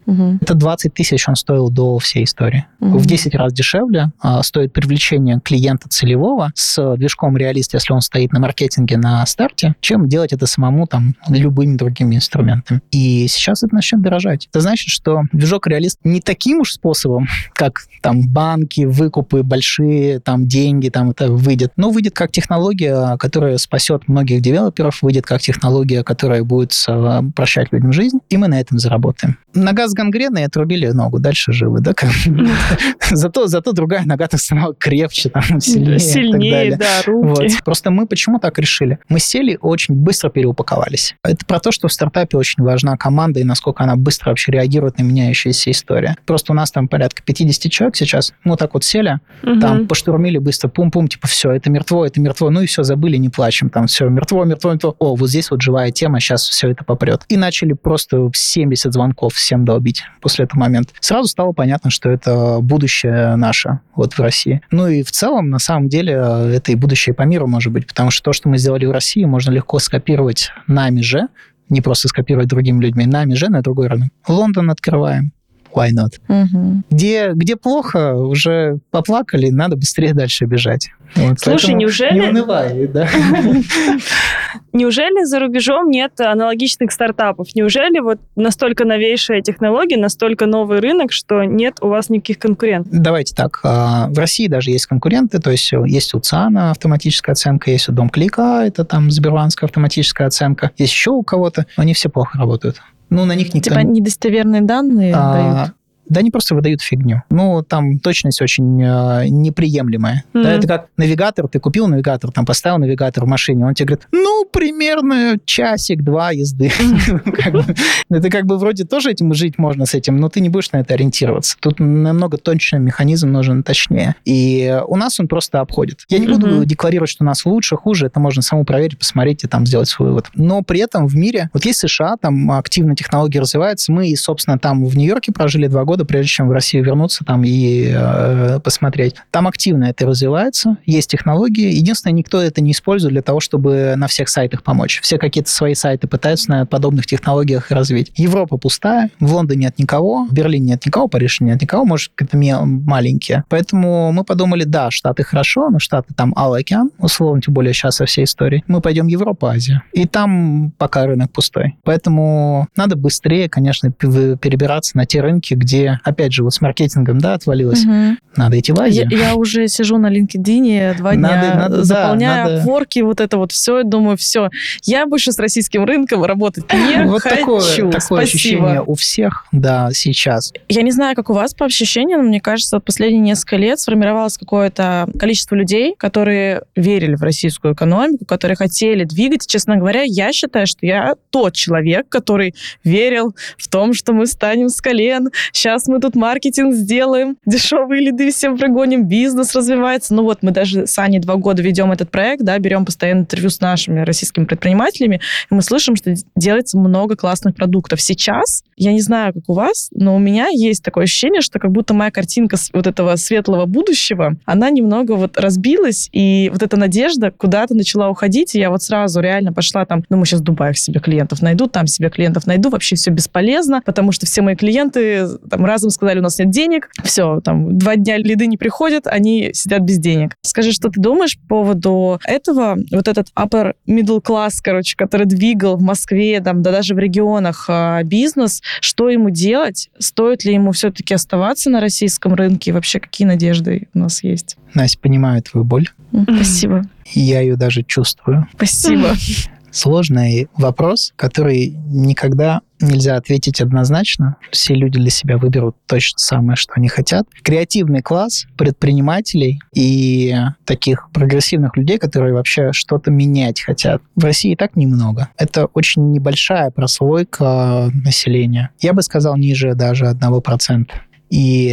Угу. Это двадцать тысяч он стоил до всей истории. Угу. В десять раз дешевле а, стоит привлечение клиента целевого с движком Realist, если он стоит на маркетинге на старте, чем делать это самому там любыми другими инструментами. И сейчас это начнет дорожать. Это значит, что движок Realist не таким уж способом, как там банки, выкупы, большие там деньги, там это выйдет, но выйдет как технология, которая спасет многих девелоперов, выйдет как технология, которая будет прощать людям жизнь, и мы на этом заработаем. Нога с гангреной, отрубили ногу, дальше живы, да? Зато, зато другая нога так стала крепче, там, сильнее, сильнее, и так далее. Да, руки. Вот. Просто мы почему так решили? Мы сели, очень быстро переупаковались. Это про то, что в стартапе очень важна команда и насколько она быстро вообще реагирует на меняющиеся истории. Просто у нас там порядка пятьдесят человек сейчас. Мы так вот сели, угу. там поштурмили быстро, пум-пум, типа все, это мертво, это мертво, ну и все, забыли, не плачем, там все, мертво, мертво, мертво. О, вот здесь вот живая тема, сейчас все это попрет. И начали просто семьдесят звонков всем долбить после этого момента. Сразу стало понятно, что это будущее наше вот в России. Ну и в целом, на самом деле, это и будущее по миру может быть, потому что то, что мы сделали в России, можно легко скопировать нами же, не просто скопировать другими людьми, нами же на другой рынок. Лондон открываем. Why not? Угу. Где, где плохо, уже поплакали, надо быстрее дальше бежать. Вот, слушай, неужели... Не унывай, да. Неужели за рубежом нет аналогичных стартапов? Неужели вот настолько новейшая технология, настолько новый рынок, что нет у вас никаких конкурентов? Давайте так. В России даже есть конкуренты, то есть есть у ЦИАНа автоматическая оценка, есть у Домклика, это там сбербанковская автоматическая оценка, есть еще у кого-то, но они все плохо работают. Ну, на них никто... Типа недостоверные данные а, дают? Да, они просто выдают фигню. Ну, там точность очень э, неприемлемая. Mm-hmm. Да, это как навигатор, ты купил навигатор, там поставил навигатор в машине, он тебе говорит, ну, примерно часик-два езды. Это как бы вроде тоже этим жить можно с этим, но ты не будешь на это ориентироваться. Тут намного тоньше механизм нужен, точнее. И у нас он просто обходит. Я не буду декларировать, что у нас лучше, хуже, это можно саму проверить, посмотреть и там сделать свой вывод. Но при этом в мире, вот есть США, там активно технологии развиваются, мы, собственно, там в Нью-Йорке прожили два года, прежде чем в Россию вернуться там и э, посмотреть. Там активно это развивается, есть технологии. Единственное, никто это не использует для того, чтобы на всех сайтах помочь. Все какие-то свои сайты пытаются на подобных технологиях развить. Европа пустая, в Лондоне нет никого, в Берлине нет никого, в Париже нет никого, может, какие-то маленькие. Поэтому мы подумали, да, Штаты хорошо, но Штаты там Алый океан, условно, тем более сейчас со всей историей. Мы пойдем в Европу, Азию. И там пока рынок пустой. Поэтому надо быстрее, конечно, перебираться на те рынки, где опять же, вот с маркетингом, да, отвалилось. Угу. Надо идти в Азию. Я, я уже сижу на LinkedIn два надо, дня, надо, заполняю да, форки, вот это вот все, думаю, все. Я больше с российским рынком работать не вот хочу. Такое, такое Спасибо. Ощущение у всех, да, сейчас. Я не знаю, как у вас по ощущениям, но мне кажется, от последние несколько лет сформировалось какое-то количество людей, которые верили в российскую экономику, которые хотели двигать. Честно говоря, я считаю, что я тот человек, который верил в том, что мы встанем с колен, сейчас мы тут маркетинг сделаем, дешевые лиды всем прогоним, бизнес развивается. Ну вот мы даже с Аней два года ведем этот проект, да, берем постоянно интервью с нашими российскими предпринимателями, и мы слышим, что делается много классных продуктов. Сейчас, я не знаю, как у вас, но у меня есть такое ощущение, что как будто моя картинка вот этого светлого будущего, она немного вот разбилась, и вот эта надежда куда-то начала уходить, и я вот сразу реально пошла там, ну мы сейчас в Дубае себе клиентов найду, там себе клиентов найду, вообще все бесполезно, потому что все мои клиенты там разом сказали, у нас нет денег, все, там, два дня лиды не приходят, они сидят без денег. Скажи, что ты думаешь по поводу этого, вот этот upper middle class, короче, который двигал в Москве, там, да даже в регионах а, бизнес, что ему делать? Стоит ли ему все-таки оставаться на российском рынке? И вообще, какие надежды у нас есть? Настя, понимаю твою боль. Спасибо. Я ее даже чувствую. Спасибо. Сложный вопрос, который никогда нельзя ответить однозначно. Все люди для себя выберут точно самое, что они хотят. Креативный класс предпринимателей и таких прогрессивных людей, которые вообще что-то менять хотят, в России и так немного. Это очень небольшая прослойка населения. Я бы сказал, ниже даже одного процента. И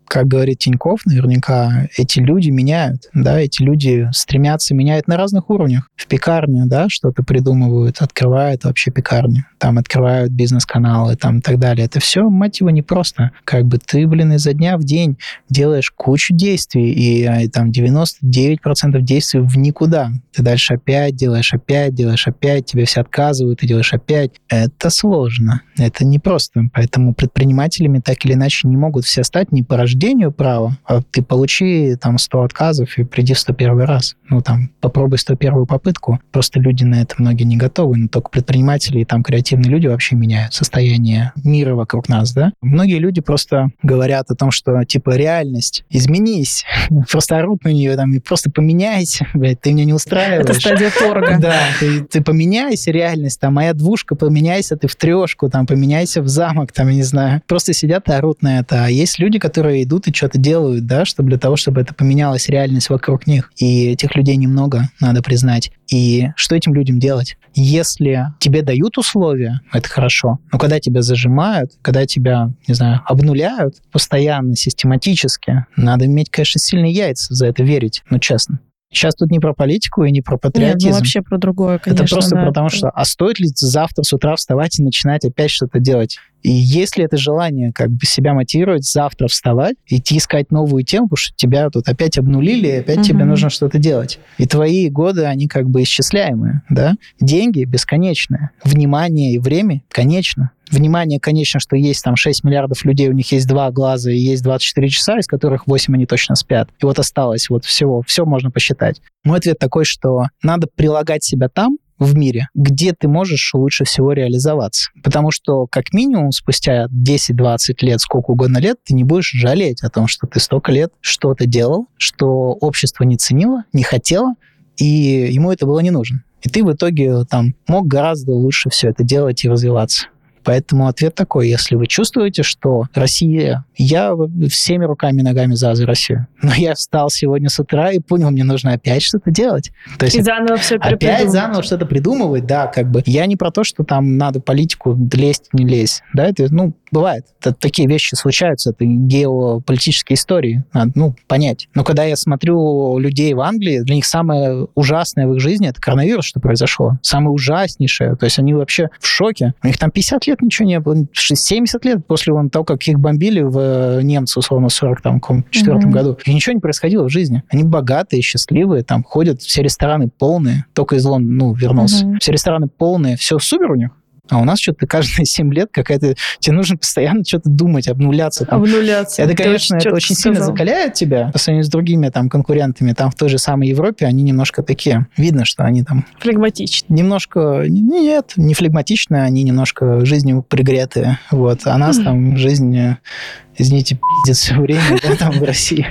как говорит Тинькофф, наверняка эти люди меняют, да, эти люди стремятся менять на разных уровнях. В пекарне, да, что-то придумывают, открывают вообще пекарни, там открывают бизнес-каналы, там и так далее. Это все, мать его, непросто. Как бы ты, блин, изо дня в день делаешь кучу действий, и, и там девяносто девять процентов действий в никуда. Ты дальше опять делаешь, опять делаешь, опять, тебе все отказывают, ты делаешь опять. Это сложно, это непросто. Поэтому предпринимателями так или иначе не могут все стать не по рождению права, а ты получи там сто отказов и приди в сто первый раз. Ну, там, попробуй сто первую попытку. Просто люди на это многие не готовы, но только предприниматели и там креативные люди вообще меняют состояние мира вокруг нас, да? Многие люди просто говорят о том, что, типа, реальность, изменись, просто орут на нее, там, и просто поменяйся, блядь, ты меня не устраиваешь. Это стадия торга. Да, ты, ты поменяйся, реальность, там, моя двушка, поменяйся ты в трешку, там, поменяйся в замок, там, я не знаю. Просто сидят и орут на это. А есть люди, которые идут и что-то делают, да, чтобы для того, чтобы это поменялась реальность вокруг них. И этих людей немного, надо признать. И что этим людям делать? Если тебе дают условия, это хорошо. Но когда тебя зажимают, когда тебя, не знаю, обнуляют постоянно, систематически, надо иметь, конечно, сильные яйца за это верить, ну, честно. Сейчас тут не про политику и не про патриотизм. Нет, ну вообще про другое, конечно. Это просто да, потому, это... что а стоит ли завтра с утра вставать и начинать опять что-то делать? И есть ли это желание как бы себя мотивировать завтра вставать, идти искать новую тему, потому что тебя тут опять обнулили, и опять угу. тебе нужно что-то делать. И твои годы, они как бы исчисляемые, да? Деньги бесконечные, внимание и время конечно. Внимание, конечно, что есть там шесть миллиардов людей, у них есть два глаза и есть двадцать четыре часа, из которых восемь они точно спят. И вот осталось вот всего, все можно посчитать. Мой ответ такой, что надо прилагать себя там, в мире, где ты можешь лучше всего реализоваться. Потому что, как минимум, спустя десять-двадцать лет, сколько угодно лет, ты не будешь жалеть о том, что ты столько лет что-то делал, что общество не ценило, не хотело, и ему это было не нужно. И ты в итоге там мог гораздо лучше все это делать и развиваться. Поэтому ответ такой, если вы чувствуете, что Россия... Я всеми руками и ногами за, за Россию. Но я встал сегодня с утра и понял, мне нужно опять что-то делать. То есть и заново все перепридумывать. Опять заново что-то придумывать, да, как бы. Я не про то, что там надо политику лезть, не лезть. Да, это, ну, бывает. Это, такие вещи случаются. Это геополитические истории. Надо, ну, понять. Но когда я смотрю людей в Англии, для них самое ужасное в их жизни — это коронавирус, что произошло. Самое ужаснейшее. То есть они вообще в шоке. У них там пятьдесят лет ничего не было. семьдесят лет после вон, того, как их бомбили в немцы, условно, в сорок четвёртом mm-hmm. году. И ничего не происходило в жизни. Они богатые, счастливые, там ходят, все рестораны полные. Только из Лондона, ну, вернулся. Mm-hmm. Все рестораны полные, все супер у них. А у нас что-то каждые семь лет какая-то... Тебе нужно постоянно что-то думать, обнуляться. Там. Обнуляться. Это, конечно, это очень сказал. сильно закаляет тебя по сравнению с другими там конкурентами. Там в той же самой Европе они немножко такие... Видно, что они там... Флегматичные. Немножко... Нет, не флегматичные, они немножко жизнью пригретые. Вот. А нас mm. там жизнь... Извините, пиздец все время, да, там в России.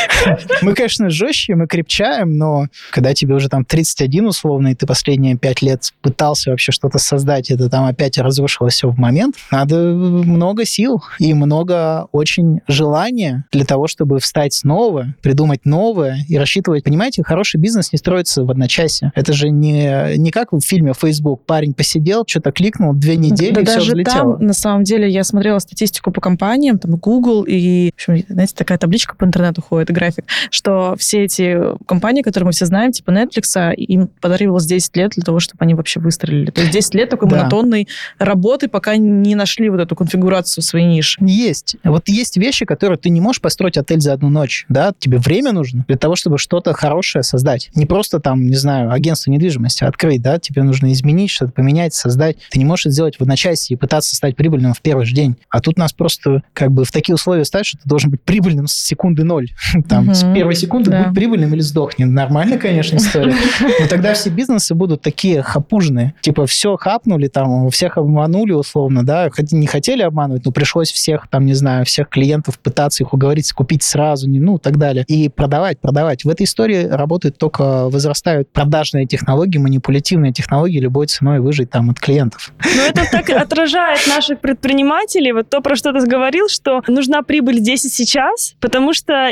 Мы, конечно, жестче, мы крепчаем, но когда тебе уже там тридцать один условно, и ты последние пять лет пытался вообще что-то создать, это там опять разрушилось все в момент, надо много сил и много очень желания для того, чтобы встать снова, придумать новое и рассчитывать. Понимаете, хороший бизнес не строится в одночасье. Это же не, не как в фильме Facebook. Парень посидел, что-то кликнул, две недели, да и все даже взлетело. Там, на самом деле, я смотрела статистику по компаниям, там, Google, и, в общем, знаете, такая табличка по интернету ходит, график, что все эти компании, которые мы все знаем, типа Netflix, им подарилось десять лет для того, чтобы они вообще выстрелили. То есть десять лет такой да. монотонной работы, пока не нашли вот эту конфигурацию своей ниши. Есть. Вот есть вещи, которые ты не можешь построить отель за одну ночь, да? Тебе время нужно для того, чтобы что-то хорошее создать. Не просто там, не знаю, агентство недвижимости открыть, да? Тебе нужно изменить, что-то поменять, создать. Ты не можешь это сделать в одночасье и пытаться стать прибыльным в первый же день. А тут нас просто как бы в такие условия ставят, что ты должен быть прибыльным с секунды ноль. Там, угу, с первой секунды да. будь прибыльным или сдохни. Нормально, конечно, история. Но тогда все бизнесы будут такие хапужные. Типа все хапнули, там, всех обманули условно, да, не хотели обманывать, но пришлось всех, там, не знаю, всех клиентов пытаться их уговорить купить сразу, ну, и так далее. И продавать, продавать. В этой истории работает только, возрастают продажные технологии, манипулятивные технологии, любой ценой выжить там от клиентов. Ну, это так отражает наших предпринимателей. Вот то, про что ты говорил, что нужна прибыль здесь и сейчас, потому что если ты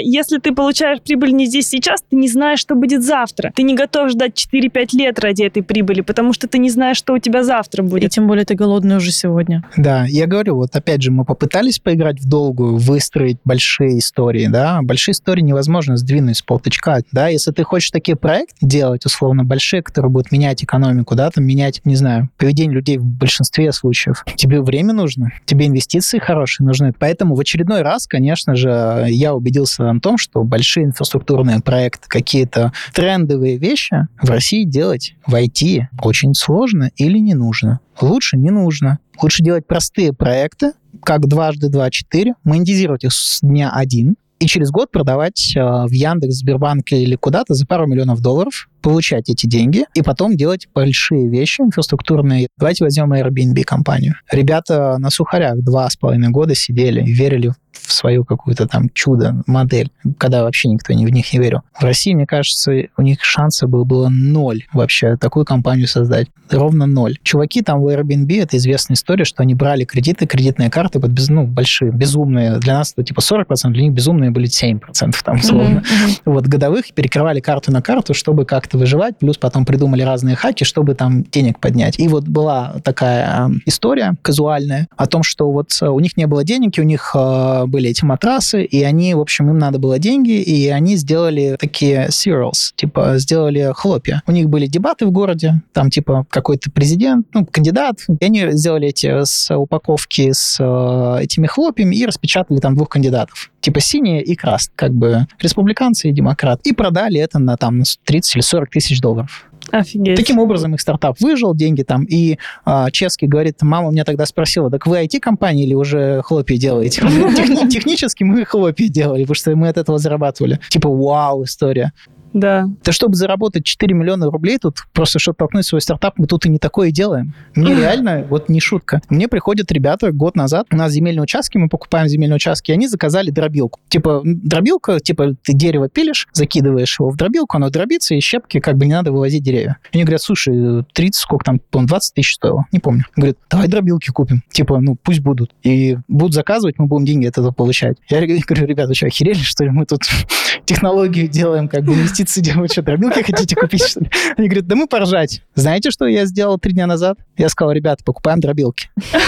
ты получаешь прибыль не здесь сейчас, ты не знаешь, что будет завтра. Ты не готов ждать четыре-пять лет ради этой прибыли, потому что ты не знаешь, что у тебя завтра будет. И тем более ты голодный уже сегодня. Да, я говорю, вот опять же, мы попытались поиграть в долгую, выстроить большие истории, да, большие истории невозможно сдвинуть с полточка, да, если ты хочешь такие проекты делать, условно, большие, которые будут менять экономику, да, там, менять, не знаю, поведение людей в большинстве случаев, тебе время нужно, тебе инвестиции хорошие нужны, поэтому в очередной раз, конечно же, я убедился в том, что большие инфраструктурные проекты, какие-то трендовые вещи в России делать в ай ти очень сложно или не нужно. Лучше не нужно. Лучше делать простые проекты, как дважды два четыре, монетизировать их с дня один, и через год продавать э, в Яндекс, Сбербанк или куда-то за пару миллионов долларов, получать эти деньги и потом делать большие вещи инфраструктурные. Давайте возьмем Airbnb компанию. Ребята на сухарях два с половиной года сидели и верили в свою какую-то там чудо-модель, когда вообще никто не в них не верил. В России, мне кажется, у них шанса было, было ноль вообще такую компанию создать. Ровно ноль. Чуваки там в Airbnb, это известная история, что они брали кредиты, кредитные карты под без, ну, большие, безумные. Для нас это типа сорок процентов, для них безумные были семь процентов там, условно. Mm-hmm. Вот годовых перекрывали карту на карту, чтобы как-то выживать, плюс потом придумали разные хаки, чтобы там денег поднять. И вот была такая э, история казуальная о том, что вот у них не было денег, и у них э, были эти матрасы, и они, в общем, им надо было деньги, и они сделали такие cereals, типа сделали хлопья. У них были дебаты в городе, там типа какой-то президент, ну, кандидат, и они сделали эти с упаковки с э, этими хлопьями и распечатали там двух кандидатов. Типа синие и красные, как бы республиканцы и демократы. И продали это на там тридцать или сорок тысяч долларов. Офигеть. Таким образом их стартап выжил, деньги там. И а, Ческий говорит, мама меня тогда спросила, так вы ай ти-компания или уже хлопья делаете? Техни- технически мы хлопья делали, потому что мы от этого зарабатывали. Типа, вау, история. Да. Да чтобы заработать четыре миллиона рублей тут, просто чтобы толкнуть свой стартап, мы тут и не такое делаем. Мне реально, вот не шутка. Мне приходят ребята год назад, у нас земельные участки, мы покупаем земельные участки, и они заказали дробилку. Типа, дробилка, типа, ты дерево пилишь, закидываешь его в дробилку, оно дробится, и щепки как бы не надо вывозить деревья. И они говорят, слушай, тридцать, сколько там, по-моему, двадцать тысяч стоило, не помню. Говорят, давай дробилки купим. Типа, ну, пусть будут. И будут заказывать, мы будем деньги от этого получать. Я говорю, ребята, вы что, охерели, что ли? Мы тут технологию делаем, как бы инвестиции делаем. Вы что, дробилки хотите купить, что ли? Они говорят, да мы поржать. Знаете, что я сделал три дня назад? Я сказал, ребята, покупаем дробилки.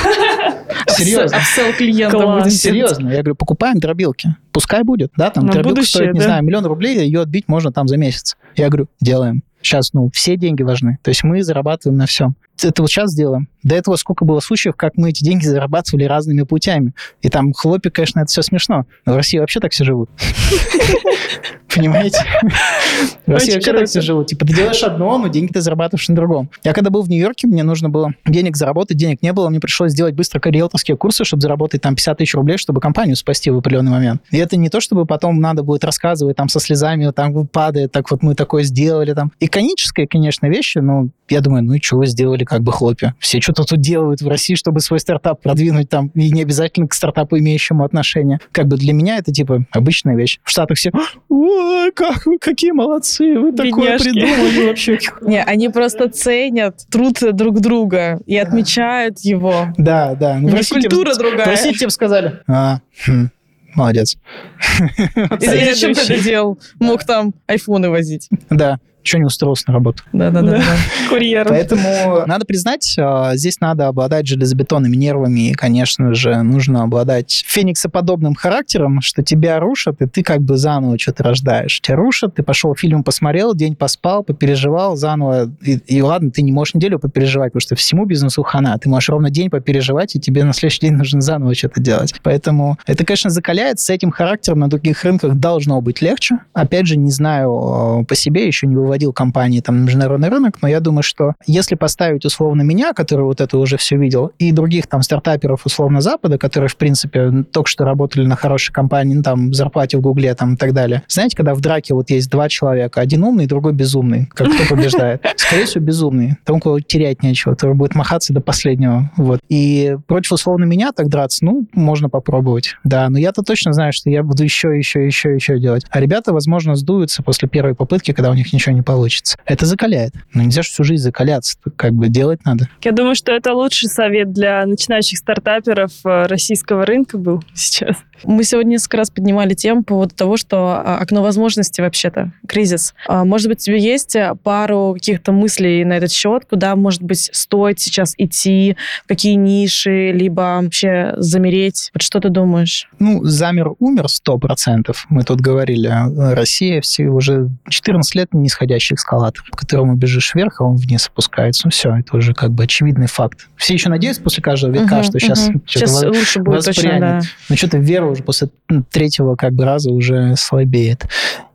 Серьезно. Апсел клиентам будет. Серьезно. Я говорю, покупаем дробилки. Пускай будет, да, там дробилка стоит, не знаю, миллион рублей, ее отбить можно там за месяц. Я говорю, делаем. Сейчас, ну, все деньги важны. То есть мы зарабатываем на всем. Это вот сейчас делаем. До этого сколько было случаев, как мы эти деньги зарабатывали разными путями. И там хлопья, конечно, это все смешно. Но в России вообще так все живут. Понимаете? В России вообще так все живут. Типа ты делаешь одно, но деньги ты зарабатываешь на другом. Я когда был в Нью-Йорке, мне нужно было денег заработать, денег не было, мне пришлось сделать быстро риэлторские курсы, чтобы заработать там пятьдесят тысяч рублей, чтобы компанию спасти в определенный момент. И это не то, чтобы потом надо будет рассказывать там со слезами, там падает, так вот мы такое сделали там. Иконические, конечно, вещи, но я думаю, ну и что вы сделали, как бы хлопья. Все что-то тут делают в России, чтобы свой стартап продвинуть там, и не обязательно к стартапу, имеющему отношение. Как бы для меня это, типа, обычная вещь. В Штатах все, ой, как вы, какие молодцы, вы такое придумали вообще. Не, они просто ценят труд друг друга и отмечают его. Да, да. Ну, культура другая. В России тебе сказали, а, хм, молодец. И зачем ты это делал? Мог там айфоны возить. Да. Что не устроился на работу. Да-да-да. Курьером. Поэтому надо признать, здесь надо обладать железобетонными нервами, и, конечно же, нужно обладать фениксоподобным характером, что тебя рушат, и ты как бы заново что-то рождаешь. Тебя рушат, ты пошел фильм посмотрел, день поспал, попереживал заново, и, и ладно, ты не можешь неделю попереживать, потому что всему бизнесу хана. Ты можешь ровно день попереживать, и тебе на следующий день нужно заново что-то делать. Поэтому это, конечно, закаляет. С этим характером на других рынках должно быть легче. Опять же, не знаю по себе, еще не бывает водил компании там, на международный рынок, но я думаю, что если поставить условно меня, который вот это уже все видел, и других там стартаперов условно Запада, которые, в принципе, только что работали на хорошей компании, ну, там, зарплате в Гугле там, и так далее. Знаете, когда в драке вот есть два человека, один умный, другой безумный, как кто побеждает? Скорее всего, безумный. Тому, кого терять нечего, который будет махаться до последнего. Вот. И против условно меня так драться, ну, можно попробовать. Да, но я-то точно знаю, что я буду еще, еще, еще, еще делать. А ребята, возможно, сдуются после первой попытки, когда у них ничего не не получится. Это закаляет. Но нельзя же всю жизнь закаляться. Как бы делать надо. Я думаю, что это лучший совет для начинающих стартаперов российского рынка был сейчас. Мы сегодня несколько раз поднимали тему по поводу того, что окно возможностей вообще-то, кризис. Может быть, у тебя есть пару каких-то мыслей на этот счет, куда, может быть, стоит сейчас идти, в какие ниши, либо вообще замереть? Вот что ты думаешь? Ну, замер умер сто процентов. Мы тут говорили, Россия все уже четырнадцать лет нисходящий эскалатор, по которому бежишь вверх, а он вниз опускается. Ну все, это уже как бы очевидный факт. Все еще надеются после каждого витка, uh-huh, что сейчас, uh-huh. сейчас лучше будет точно, да. Но что-то вера уже после третьего как бы раза уже слабеет.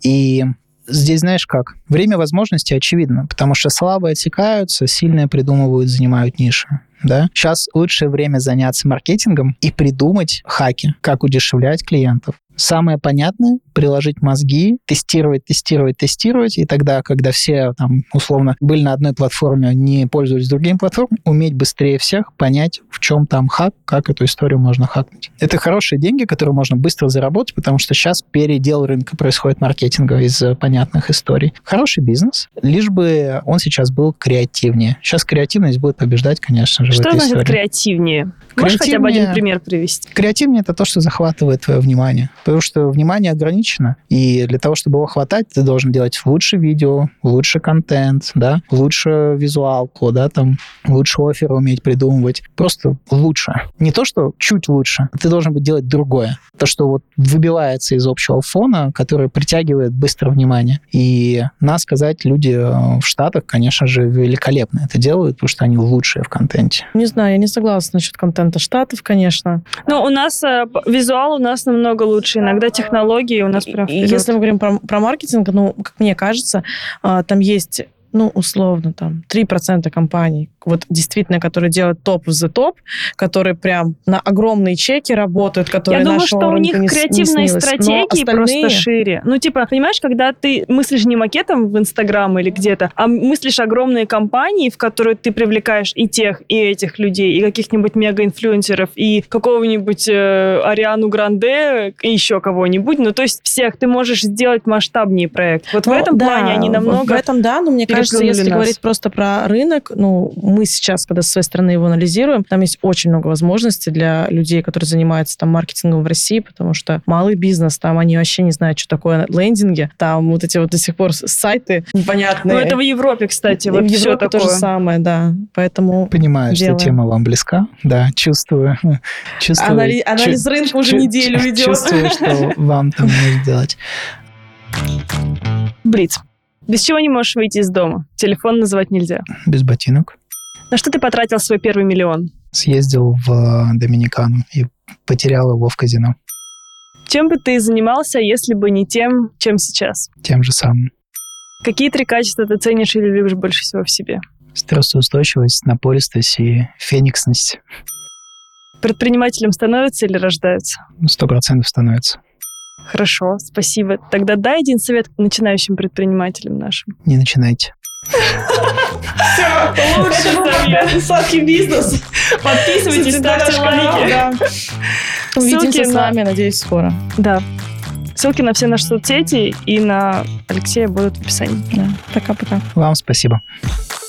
И здесь, знаешь как, время возможностей очевидно, потому что слабые отсекаются, сильные придумывают, занимают ниши. Да? Сейчас лучшее время заняться маркетингом и придумать хаки, как удешевлять клиентов. Самое понятное — приложить мозги, тестировать, тестировать, тестировать, и тогда, когда все там условно были на одной платформе, не пользовались другими платформами, уметь быстрее всех понять, в чем там хак, как эту историю можно хакнуть. Это хорошие деньги, которые можно быстро заработать, потому что сейчас передел рынка происходит маркетинга из понятных историй. Хороший бизнес, лишь бы он сейчас был креативнее. Сейчас креативность будет побеждать, конечно же, что в этой значит истории. креативнее? Можешь хотя бы один пример привести? Креативнее — это то, что захватывает твое внимание. Потому что внимание ограничено, и для того, чтобы его хватать, ты должен делать лучше видео, лучше контент, да, лучше визуалку, да, там, лучше офферы уметь придумывать. Просто лучше. Не то, что чуть лучше. Ты должен быть делать другое. То, что вот выбивается из общего фона, который притягивает быстро внимание. И, надо сказать, люди в Штатах, конечно же, великолепно это делают, потому что они лучшие в контенте. Не знаю, я не согласна насчет контента Штатов, конечно. Но у нас э, визуал у нас намного лучше. Иногда технологии у нас прям вперед. Если мы говорим про, про маркетинг, ну, как мне кажется, там есть, ну, условно, там, три процента компаний, вот действительно, которые делают топ в the топ, которые прям на огромные чеки работают, которые Я думаю, нашего что у них не, креативные не стратегии остальные... просто шире. Ну, типа, понимаешь, когда ты мыслишь не макетом в Инстаграм или где-то, а мыслишь огромные компании, в которые ты привлекаешь и тех, и этих людей, и каких-нибудь мега-инфлюенсеров, и какого-нибудь э, Ариану Гранде, и еще кого-нибудь. Ну, то есть всех ты можешь сделать масштабнее проект. Вот ну, в этом да, плане они намного... В этом, да, но мне кажется, если нас. говорить просто про рынок, ну, мы сейчас, когда со своей стороны его анализируем, там есть очень много возможностей для людей, которые занимаются там маркетингом в России, потому что малый бизнес, там они вообще не знают, что такое лендинги, там вот эти вот до сих пор сайты непонятные. Ну, это в Европе, кстати, вот в все Европе такое. то же самое, да, поэтому Понимаю, делаем. что тема вам близка, да, чувствую. чувствую Анали- анализ чу- рынка уже чу- неделю идет. Чувствую, что вам там нужно делать. Блиц. Без чего не можешь выйти из дома? Телефон называть нельзя. Без ботинок. На что ты потратил свой первый миллион? Съездил в Доминикану и потерял его в казино. Чем бы ты занимался, если бы не тем, чем сейчас? Тем же самым. Какие три качества ты ценишь или любишь больше всего в себе? Стрессоустойчивость, напористость и фениксность. Предпринимателем становятся или рождаются? Сто процентов становится. Хорошо, спасибо. Тогда дай один совет начинающим предпринимателям нашим. Не начинайте. Все, лучший совет. Сладкий бизнес. Подписывайтесь, ставьте лайки. Увидимся с вами, надеюсь, скоро. Да. Ссылки на все наши соцсети и на Алексея будут в описании. Да. Пока-пока. Вам спасибо.